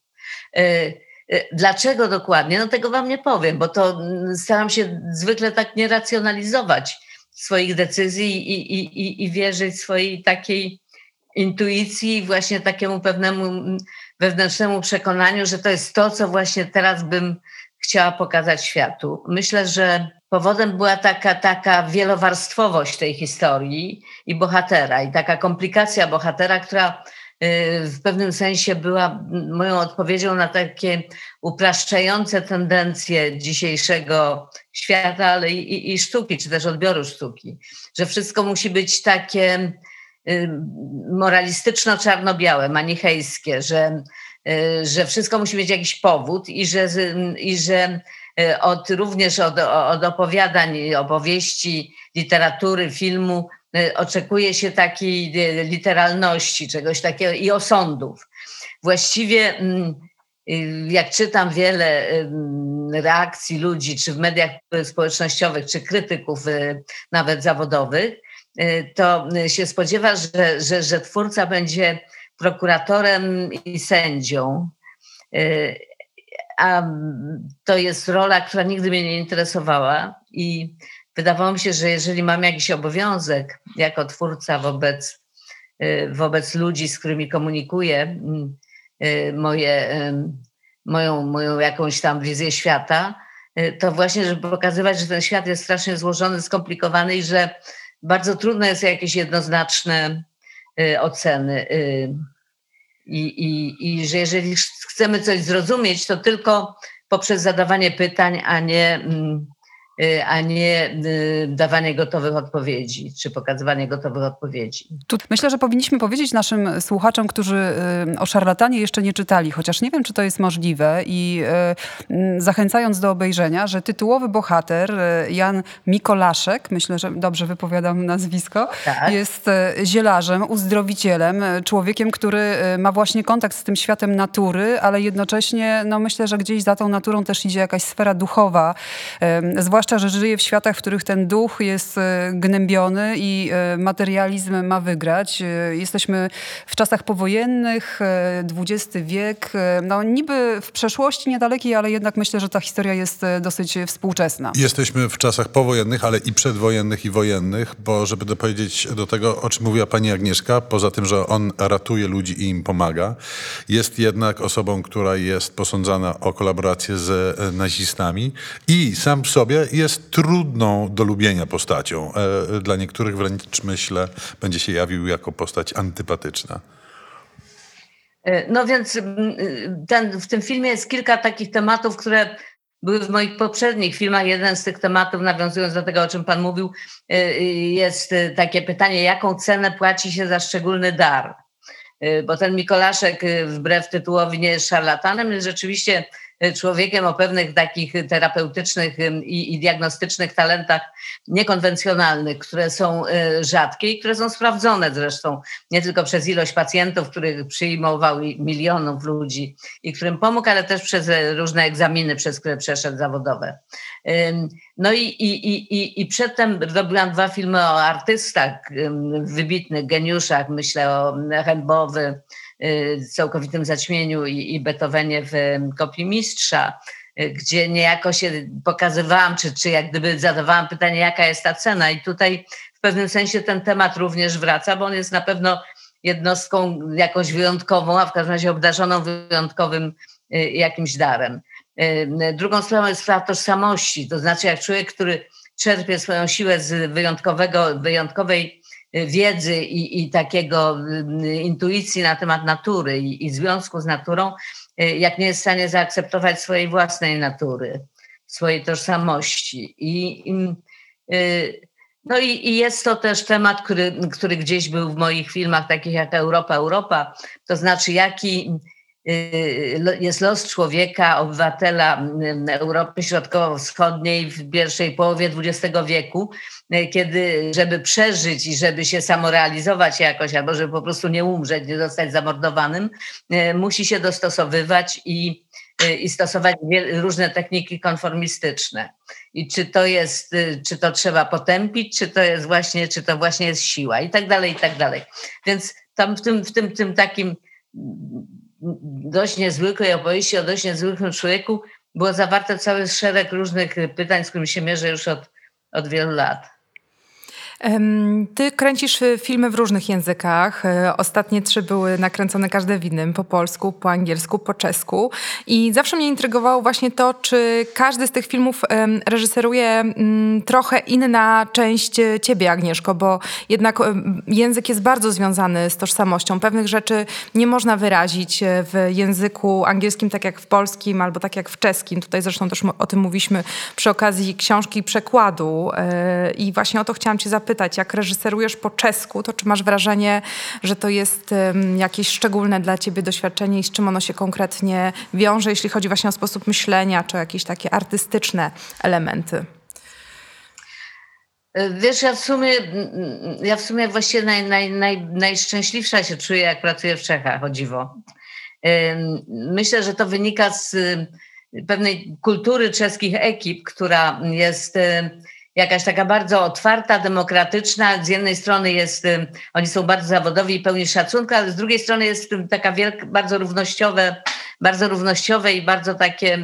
Dlaczego dokładnie? No tego wam nie powiem, bo to staram się zwykle tak nie racjonalizować swoich decyzji i wierzyć swojej takiej intuicji i właśnie takiemu pewnemu wewnętrznemu przekonaniu, że to jest to, co właśnie teraz bym chciała pokazać światu. Myślę, że powodem była taka wielowarstwowość tej historii i bohatera, i taka komplikacja bohatera, która w pewnym sensie była moją odpowiedzią na takie upraszczające tendencje dzisiejszego świata, ale i sztuki, czy też odbioru sztuki. Że wszystko musi być takie moralistyczno-czarno-białe, manichejskie, że wszystko musi mieć jakiś powód i że również od opowiadań, opowieści, literatury, filmu oczekuje się takiej literalności, czegoś takiego i osądów. Właściwie jak czytam wiele reakcji ludzi, czy w mediach społecznościowych, czy krytyków nawet zawodowych, to się spodziewa, że twórca będzie prokuratorem i sędzią. A to jest rola, która nigdy mnie nie interesowała i wydawało mi się, że jeżeli mam jakiś obowiązek jako twórca wobec ludzi, z którymi komunikuję moją jakąś tam wizję świata, to właśnie, żeby pokazywać, że ten świat jest strasznie złożony, skomplikowany i że bardzo trudno jest jakieś jednoznaczne oceny. I że jeżeli chcemy coś zrozumieć, to tylko poprzez zadawanie pytań, a nie a nie dawanie gotowych odpowiedzi, czy pokazywanie gotowych odpowiedzi. Tu myślę, że powinniśmy powiedzieć naszym słuchaczom, którzy o Szarlatanie jeszcze nie czytali, chociaż nie wiem, czy to jest możliwe i zachęcając do obejrzenia, że tytułowy bohater Jan Mikolaszek, myślę, że dobrze wypowiadam nazwisko, Tak. jest zielarzem, uzdrowicielem, człowiekiem, który ma właśnie kontakt z tym światem natury, ale jednocześnie myślę, że gdzieś za tą naturą też idzie jakaś sfera duchowa, zwłaszcza, że żyje w światach, w których ten duch jest gnębiony i materializm ma wygrać. Jesteśmy w czasach powojennych, XX wiek, niby w przeszłości niedalekiej, ale jednak myślę, że ta historia jest dosyć współczesna. Jesteśmy w czasach powojennych, ale i przedwojennych, i wojennych, bo żeby dopowiedzieć do tego, o czym mówiła pani Agnieszka, poza tym, że on ratuje ludzi i im pomaga, jest jednak osobą, która jest posądzana o kolaborację z nazistami i sam w sobie jest trudną do lubienia postacią. Dla niektórych wręcz, myślę, będzie się jawił jako postać antypatyczna. No więc w tym filmie jest kilka takich tematów, które były w moich poprzednich filmach. Jeden z tych tematów, nawiązując do tego, o czym pan mówił, jest takie pytanie, jaką cenę płaci się za szczególny dar? Bo ten Mikolaszek, wbrew tytułowi, nie jest szarlatanem, jest rzeczywiście człowiekiem o pewnych takich terapeutycznych i diagnostycznych talentach niekonwencjonalnych, które są rzadkie i które są sprawdzone zresztą nie tylko przez ilość pacjentów, których przyjmował milionów ludzi i którym pomógł, ale też przez różne egzaminy, przez które przeszedł zawodowe. No i przedtem robiłam 2 filmy o artystach, wybitnych geniuszach, myślę o Rembowym, Całkowitym zaćmieniu i Beethovenie w Kopii Mistrza, gdzie niejako się pokazywałam, czy jak gdyby zadawałam pytanie, jaka jest ta cena. I tutaj w pewnym sensie ten temat również wraca, bo on jest na pewno jednostką jakąś wyjątkową, a w każdym razie obdarzoną wyjątkowym jakimś darem. Drugą sprawą jest sprawa tożsamości, to znaczy jak człowiek, który czerpie swoją siłę z wyjątkowej wiedzy i takiego intuicji na temat natury i związku z naturą, jak nie jest w stanie zaakceptować swojej własnej natury, swojej tożsamości. I jest to też temat, który gdzieś był w moich filmach, takich jak Europa, to znaczy jaki jest los człowieka, obywatela Europy Środkowo-Wschodniej w pierwszej połowie XX wieku, kiedy żeby przeżyć i żeby się samorealizować jakoś, albo żeby po prostu nie umrzeć, nie zostać zamordowanym, musi się dostosowywać i stosować różne techniki konformistyczne. I czy to trzeba potępić, czy to właśnie jest siła i tak dalej, i tak dalej. Więc tam w tym takim dość niezwykłej opowieści o dość niezwykłym człowieku było zawarte cały szereg różnych pytań, z którymi się mierzę już od wielu lat. Ty kręcisz filmy w różnych językach. Ostatnie 3 były nakręcone każde w innym, po polsku, po angielsku, po czesku. I zawsze mnie intrygowało właśnie to, czy każdy z tych filmów reżyseruje trochę inna część ciebie, Agnieszko, bo jednak język jest bardzo związany z tożsamością. Pewnych rzeczy nie można wyrazić w języku angielskim tak jak w polskim albo tak jak w czeskim. Tutaj zresztą też o tym mówiliśmy przy okazji książki i przekładu. I właśnie o to chciałam cię zapytać. Jak reżyserujesz po czesku, to czy masz wrażenie, że to jest jakieś szczególne dla ciebie doświadczenie i z czym ono się konkretnie wiąże, jeśli chodzi właśnie o sposób myślenia, czy jakieś takie artystyczne elementy? Wiesz, ja w sumie właściwie najszczęśliwsza się czuję, jak pracuję w Czechach, o dziwo. Myślę, że to wynika z pewnej kultury czeskich ekip, która jest jakaś taka bardzo otwarta, demokratyczna. Z jednej strony oni są bardzo zawodowi i pełni szacunku, ale z drugiej strony jest taka bardzo równościowe i bardzo takie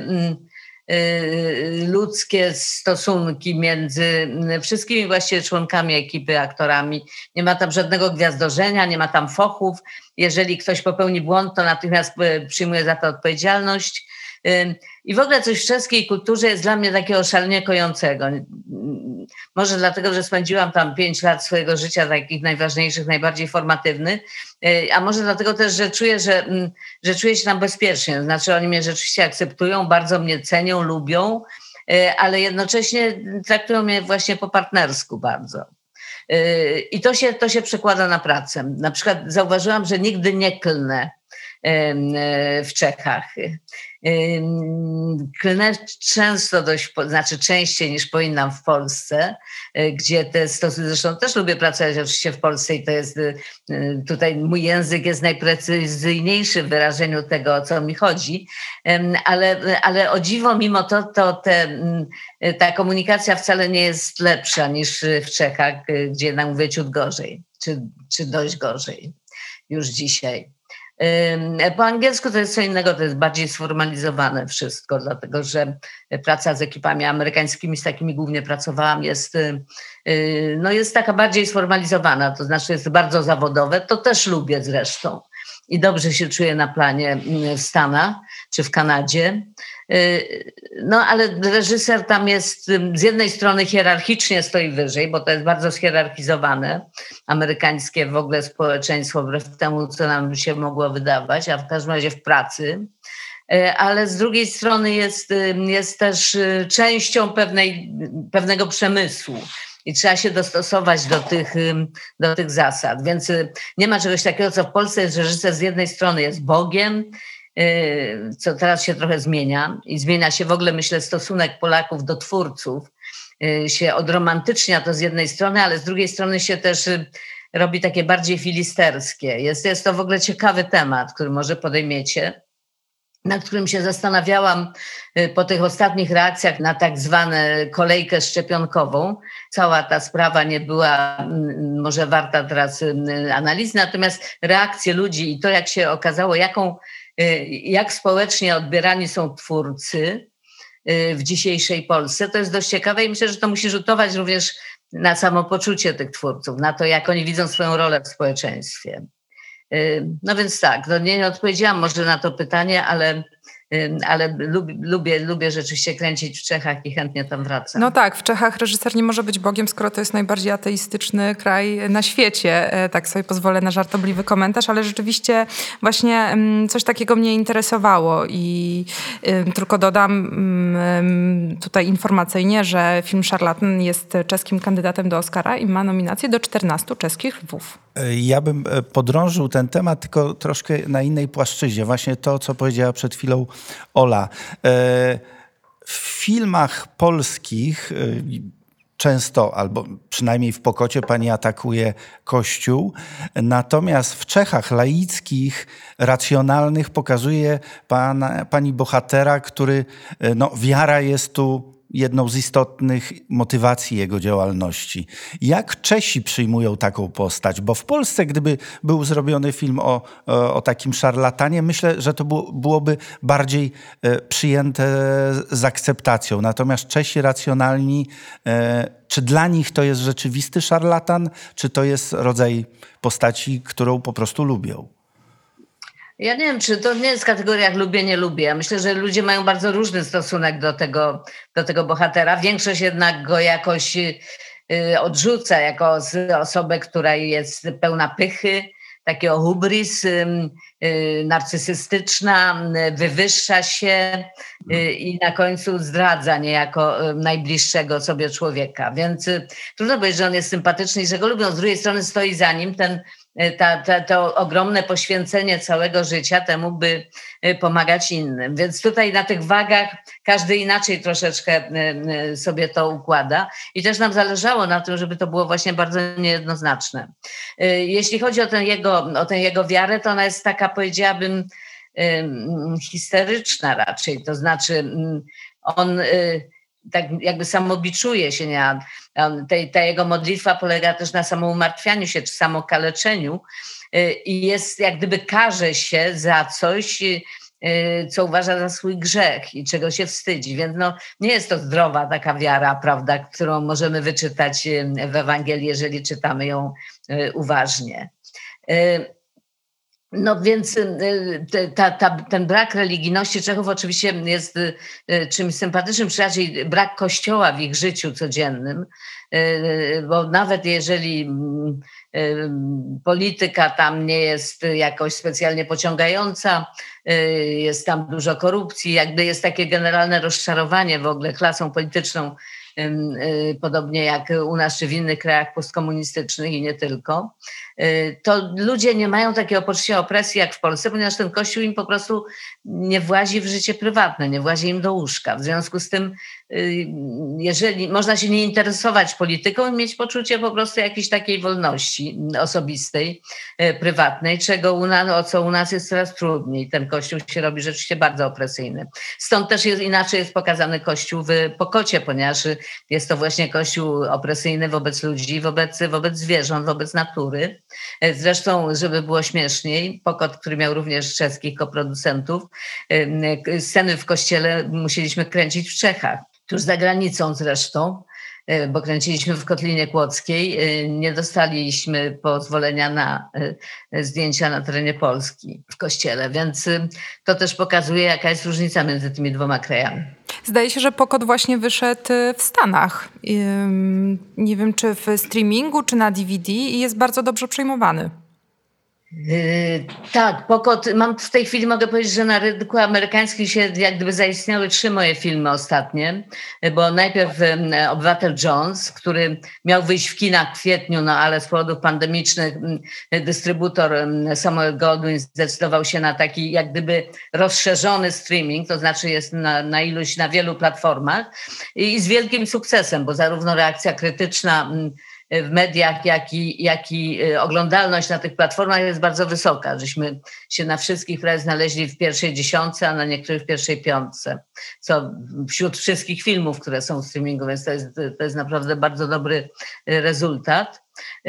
ludzkie stosunki między wszystkimi właściwie członkami ekipy, aktorami. Nie ma tam żadnego gwiazdorzenia, nie ma tam fochów. Jeżeli ktoś popełni błąd, to natychmiast przyjmuje za to odpowiedzialność. I w ogóle coś w czeskiej kulturze jest dla mnie takiego szalenie kojącego. Może dlatego, że spędziłam tam 5 lat swojego życia, takich najważniejszych, najbardziej formatywnych, a może dlatego też, że czuję się tam bezpiecznie. Znaczy oni mnie rzeczywiście akceptują, bardzo mnie cenią, lubią ale jednocześnie traktują mnie właśnie po partnersku bardzo. I to się przekłada na pracę. Na przykład zauważyłam, że nigdy nie klnę w Czechach. Klnę często znaczy częściej niż powinnam w Polsce, gdzie te stosy, zresztą też lubię pracować oczywiście w Polsce i to jest, tutaj mój język jest najprecyzyjniejszy w wyrażeniu tego, o co mi chodzi, ale o dziwo mimo to ta komunikacja wcale nie jest lepsza niż w Czechach, gdzie jednak mówię ciut gorzej, czy dość gorzej już dzisiaj. Po angielsku to jest co innego, to jest bardziej sformalizowane wszystko, dlatego że praca z ekipami amerykańskimi, z takimi głównie pracowałam, jest taka bardziej sformalizowana, to znaczy jest bardzo zawodowe, to też lubię zresztą i dobrze się czuję na planie w Stanach czy w Kanadzie. No ale reżyser tam jest z jednej strony hierarchicznie stoi wyżej, bo to jest bardzo schierarchizowane, amerykańskie w ogóle społeczeństwo, wbrew temu, co nam się mogło wydawać, a w każdym razie w pracy, ale z drugiej strony jest też częścią pewnego przemysłu i trzeba się dostosować do tych zasad, więc nie ma czegoś takiego, co w Polsce jest, że reżyser z jednej strony jest Bogiem, co teraz się trochę zmienia i zmienia się w ogóle, myślę, stosunek Polaków do twórców, się odromantycznia to z jednej strony, ale z drugiej strony się też robi takie bardziej filisterskie. Jest to w ogóle ciekawy temat, który może podejmiecie, nad którym się zastanawiałam po tych ostatnich reakcjach na tak zwaną kolejkę szczepionkową. Cała ta sprawa nie była może warta teraz analizy, natomiast reakcje ludzi i to, jak się okazało, jak społecznie odbierani są twórcy w dzisiejszej Polsce, to jest dość ciekawe i myślę, że to musi rzutować również na samopoczucie tych twórców, na to, jak oni widzą swoją rolę w społeczeństwie. No więc tak, nie odpowiedziałam może na to pytanie, ale lubię rzeczywiście kręcić w Czechach i chętnie tam wracam. No tak, w Czechach reżyser nie może być Bogiem, skoro to jest najbardziej ateistyczny kraj na świecie. Tak sobie pozwolę na żartobliwy komentarz, ale rzeczywiście właśnie coś takiego mnie interesowało i tylko dodam tutaj informacyjnie, że film Szarlatan jest czeskim kandydatem do Oscara i ma nominację do 14 czeskich lwów. Ja bym podrążył ten temat tylko troszkę na innej płaszczyźnie. Właśnie to, co powiedziała przed chwilą Ola. W filmach polskich często, albo przynajmniej w Pokocie pani atakuje Kościół, natomiast w Czechach laickich, racjonalnych pokazuje pani bohatera, który, wiara jest tu jedną z istotnych motywacji jego działalności. Jak Czesi przyjmują taką postać? Bo w Polsce, gdyby był zrobiony film o takim szarlatanie, myślę, że to byłoby bardziej przyjęte z akceptacją. Natomiast Czesi racjonalni, czy dla nich to jest rzeczywisty szarlatan, czy to jest rodzaj postaci, którą po prostu lubią? Ja nie wiem, czy to nie jest kategoria jak lubię, nie lubię. Ja myślę, że ludzie mają bardzo różny stosunek do tego bohatera. Większość jednak go jakoś odrzuca jako osobę, która jest pełna pychy, takiego hubris, narcysystyczna, wywyższa się i na końcu zdradza niejako najbliższego sobie człowieka. Więc trudno powiedzieć, że on jest sympatyczny i że go lubią. Z drugiej strony stoi za nim to ogromne poświęcenie całego życia temu, by pomagać innym. Więc tutaj na tych wagach każdy inaczej troszeczkę sobie to układa i też nam zależało na tym, żeby to było właśnie bardzo niejednoznaczne. Jeśli chodzi o tę jego wiarę, to ona jest taka, powiedziałabym, histeryczna raczej, to znaczy on tak jakby samobiczuje się, ta jego modlitwa polega też na samoumartwianiu się czy samokaleczeniu i jest jak gdyby karze się za coś, co uważa za swój grzech i czego się wstydzi. Więc nie jest to zdrowa taka wiara, prawda, którą możemy wyczytać w Ewangelii, jeżeli czytamy ją uważnie. No więc ten brak religijności Czechów oczywiście jest czymś sympatycznym, czy raczej brak kościoła w ich życiu codziennym, bo nawet jeżeli Polityka tam nie jest jakoś specjalnie pociągająca, jest tam dużo korupcji, jakby jest takie generalne rozczarowanie w ogóle klasą polityczną, podobnie jak u nas czy w innych krajach postkomunistycznych i nie tylko. To ludzie nie mają takiego poczucia opresji jak w Polsce, ponieważ ten Kościół im po prostu nie włazi w życie prywatne, nie włazi im do łóżka. W związku z tym, jeżeli można się nie interesować polityką i mieć poczucie po prostu jakiejś takiej wolności osobistej, prywatnej, co u nas jest coraz trudniej. Ten Kościół się robi rzeczywiście bardzo opresyjny. Stąd też inaczej jest pokazany Kościół w Pokocie, ponieważ jest to właśnie Kościół opresyjny wobec ludzi, wobec zwierząt, wobec natury. Zresztą, żeby było śmieszniej, Pokot, który miał również czeskich koproducentów, sceny w kościele musieliśmy kręcić w Czechach, tuż za granicą zresztą, bo kręciliśmy w Kotlinie Kłodzkiej. Nie dostaliśmy pozwolenia na zdjęcia na terenie Polski w kościele, więc to też pokazuje, jaka jest różnica między tymi dwoma krajami. Zdaje się, że Pokot właśnie wyszedł w Stanach. Nie wiem, czy w streamingu, czy na DVD i jest bardzo dobrze przyjmowany. Tak, Pokot, mam w tej chwili, mogę powiedzieć, że na rynku amerykańskim się jak gdyby zaistniały 3 moje filmy ostatnie, bo najpierw Obywatel Jones, który miał wyjść w kinach w kwietniu, no ale z powodów pandemicznych dystrybutor Samuel Goldwyn zdecydował się na taki jak gdyby rozszerzony streaming, to znaczy jest na wielu platformach i z wielkim sukcesem, bo zarówno reakcja krytyczna w mediach, jak i oglądalność na tych platformach jest bardzo wysoka. Żeśmy się na wszystkich prawie znaleźli w pierwszej 10, a na niektórych w pierwszej 5, co wśród wszystkich filmów, które są w streamingu, więc to jest naprawdę bardzo dobry rezultat.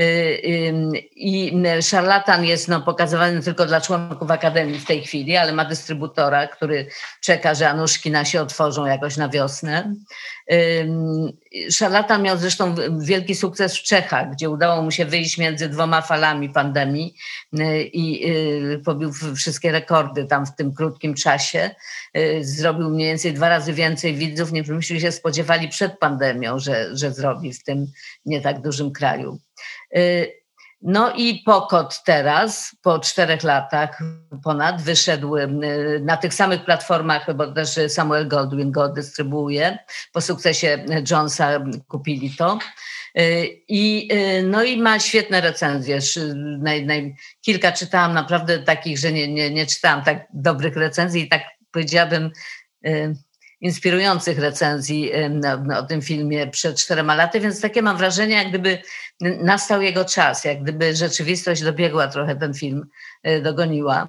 I Szarlatan jest pokazywany tylko dla członków Akademii w tej chwili, ale ma dystrybutora, który czeka, że Anuszkina się otworzą jakoś na wiosnę. Szarlatan miał zresztą wielki sukces w Czechach, gdzie udało mu się wyjść między 2 falami pandemii i pobił wszystkie rekordy tam w tym krótkim czasie. Zrobił mniej więcej 2 razy więcej widzów, niż myśmy się spodziewali przed pandemią, że zrobi w tym nie tak dużym kraju. No i Pokot teraz, po 4 latach ponad, wyszedł na tych samych platformach, bo też Samuel Goldwyn go dystrybuuje. Po sukcesie Jonesa kupili to. No i ma świetne recenzje. Kilka czytałam naprawdę takich, że nie czytałam tak dobrych recenzji i tak powiedziałabym inspirujących recenzji o tym filmie przed 4 laty, więc takie mam wrażenie, jak gdyby nastał jego czas, jak gdyby rzeczywistość dobiegła trochę, ten film dogoniła.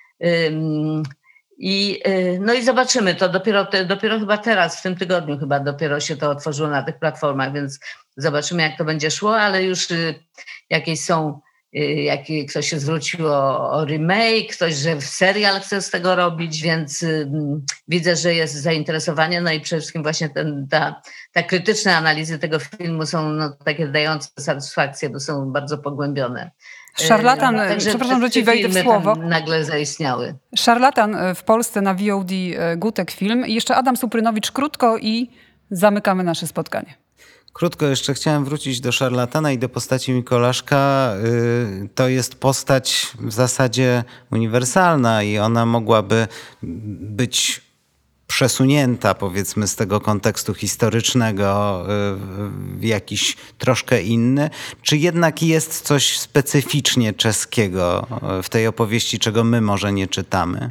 No i zobaczymy, to dopiero chyba teraz, w tym tygodniu chyba dopiero się to otworzyło na tych platformach, więc zobaczymy, jak to będzie szło, ale już jakieś są, ktoś się zwrócił o remake, ktoś, że serial chce z tego robić, więc widzę, że jest zainteresowanie, no i przede wszystkim właśnie te krytyczne analizy tego filmu są takie dające satysfakcję, bo są bardzo pogłębione. Szarlatan, przepraszam, że ci wejdę w słowo. Nagle zaistniały. Szarlatan w Polsce na VOD Gutek Film i jeszcze Adam Suprynowicz krótko i zamykamy nasze spotkanie. Krótko jeszcze chciałem wrócić do Szarlatana i do postaci Mikolaszka. To jest postać w zasadzie uniwersalna i ona mogłaby być przesunięta, powiedzmy, z tego kontekstu historycznego w jakiś troszkę inny. Czy jednak jest coś specyficznie czeskiego w tej opowieści, czego my może nie czytamy?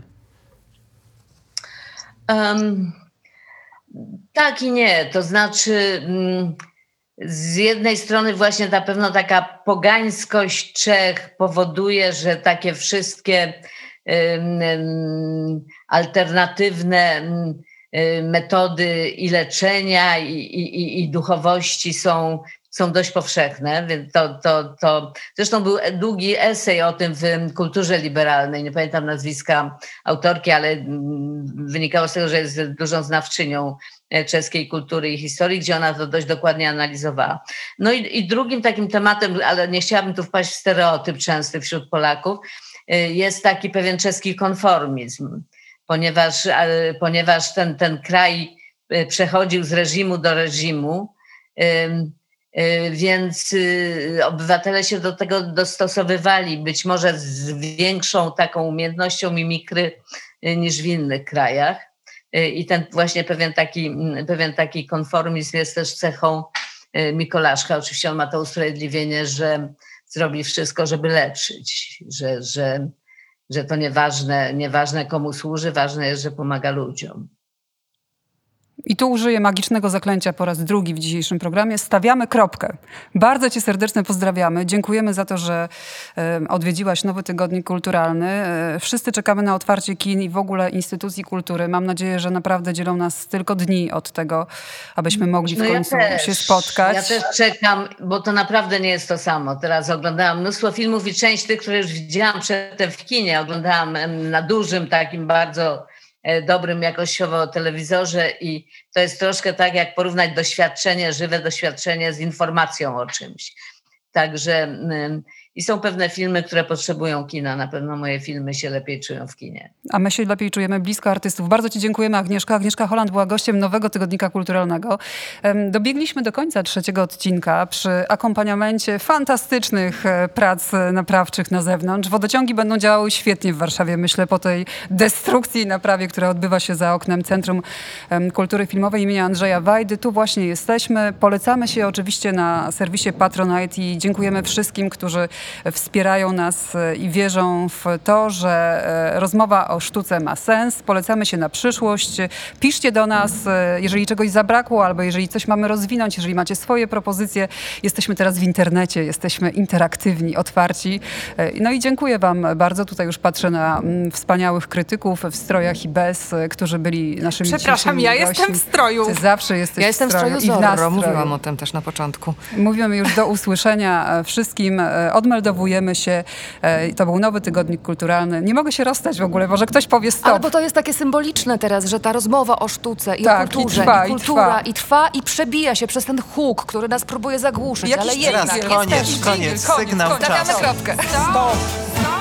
Tak i nie. To znaczy z jednej strony właśnie na pewno taka pogańskość Czech powoduje, że takie wszystkie alternatywne metody i leczenia i duchowości są dość powszechne, więc to zresztą był długi esej o tym w Kulturze Liberalnej, nie pamiętam nazwiska autorki, ale wynikało z tego, że jest dużą znawczynią czeskiej kultury i historii, gdzie ona to dość dokładnie analizowała. No i drugim takim tematem, ale nie chciałabym tu wpaść w stereotyp częsty wśród Polaków, jest taki pewien czeski konformizm, ponieważ ten kraj przechodził z reżimu do reżimu Więc obywatele się do tego dostosowywali, być może z większą taką umiejętnością mimikry niż w innych krajach. I ten właśnie pewien taki konformizm jest też cechą Mikolaszka. Oczywiście on ma to usprawiedliwienie, że zrobi wszystko, żeby leczyć, że to nieważne komu służy, ważne jest, że pomaga ludziom. I tu użyję magicznego zaklęcia po raz drugi w dzisiejszym programie. Stawiamy kropkę. Bardzo cię serdecznie pozdrawiamy. Dziękujemy za to, że odwiedziłaś Nowy Tygodnik Kulturalny. Wszyscy czekamy na otwarcie kin i w ogóle instytucji kultury. Mam nadzieję, że naprawdę dzielą nas tylko dni od tego, abyśmy mogli w końcu się spotkać. Ja też czekam, bo to naprawdę nie jest to samo. Teraz oglądałam mnóstwo filmów i część tych, które już widziałam przedtem w kinie, oglądałam na dużym takim bardzo dobrym jakościowo telewizorze i to jest troszkę tak, jak porównać żywe doświadczenie z informacją o czymś. Także i są pewne filmy, które potrzebują kina. Na pewno moje filmy się lepiej czują w kinie. A my się lepiej czujemy blisko artystów. Bardzo ci dziękujemy, Agnieszka. Agnieszka Holland była gościem Nowego Tygodnika Kulturalnego. Dobiegliśmy do końca 3. odcinka przy akompaniamencie fantastycznych prac naprawczych na zewnątrz. Wodociągi będą działały świetnie w Warszawie, myślę, po tej destrukcji i naprawie, która odbywa się za oknem Centrum Kultury Filmowej imienia Andrzeja Wajdy. Tu właśnie jesteśmy. Polecamy się oczywiście na serwisie Patronite i dziękujemy wszystkim, którzy wspierają nas i wierzą w to, że rozmowa o sztuce ma sens. Polecamy się na przyszłość. Piszcie do nas, jeżeli czegoś zabrakło, albo jeżeli coś mamy rozwinąć, jeżeli macie swoje propozycje. Jesteśmy teraz w internecie, jesteśmy interaktywni, otwarci. No i dziękuję wam bardzo. Tutaj już patrzę na wspaniałych krytyków w strojach i bez, którzy byli naszymi Przepraszam, ja gośćmi. jestem w stroju. Ty zawsze jesteś Ja jestem w stroju i w Zorro, nastroju. mówiłam o tym też na początku. Mówimy już do usłyszenia wszystkim. Odmeldowujemy się. To był Nowy Tygodnik Kulturalny. Nie mogę się rozstać w ogóle, może ktoś powie stop. Ale bo to jest takie symboliczne teraz, że ta rozmowa o sztuce i Tak, o kulturze, i trwa, i i kultura, trwa. i trwa i przebija się przez ten huk, który nas próbuje zagłuszyć. Jakiś Ale jednak dźwięk. Koniec, jesteśmy. koniec, sygnał Stawiamy czasu. kropkę. Stop!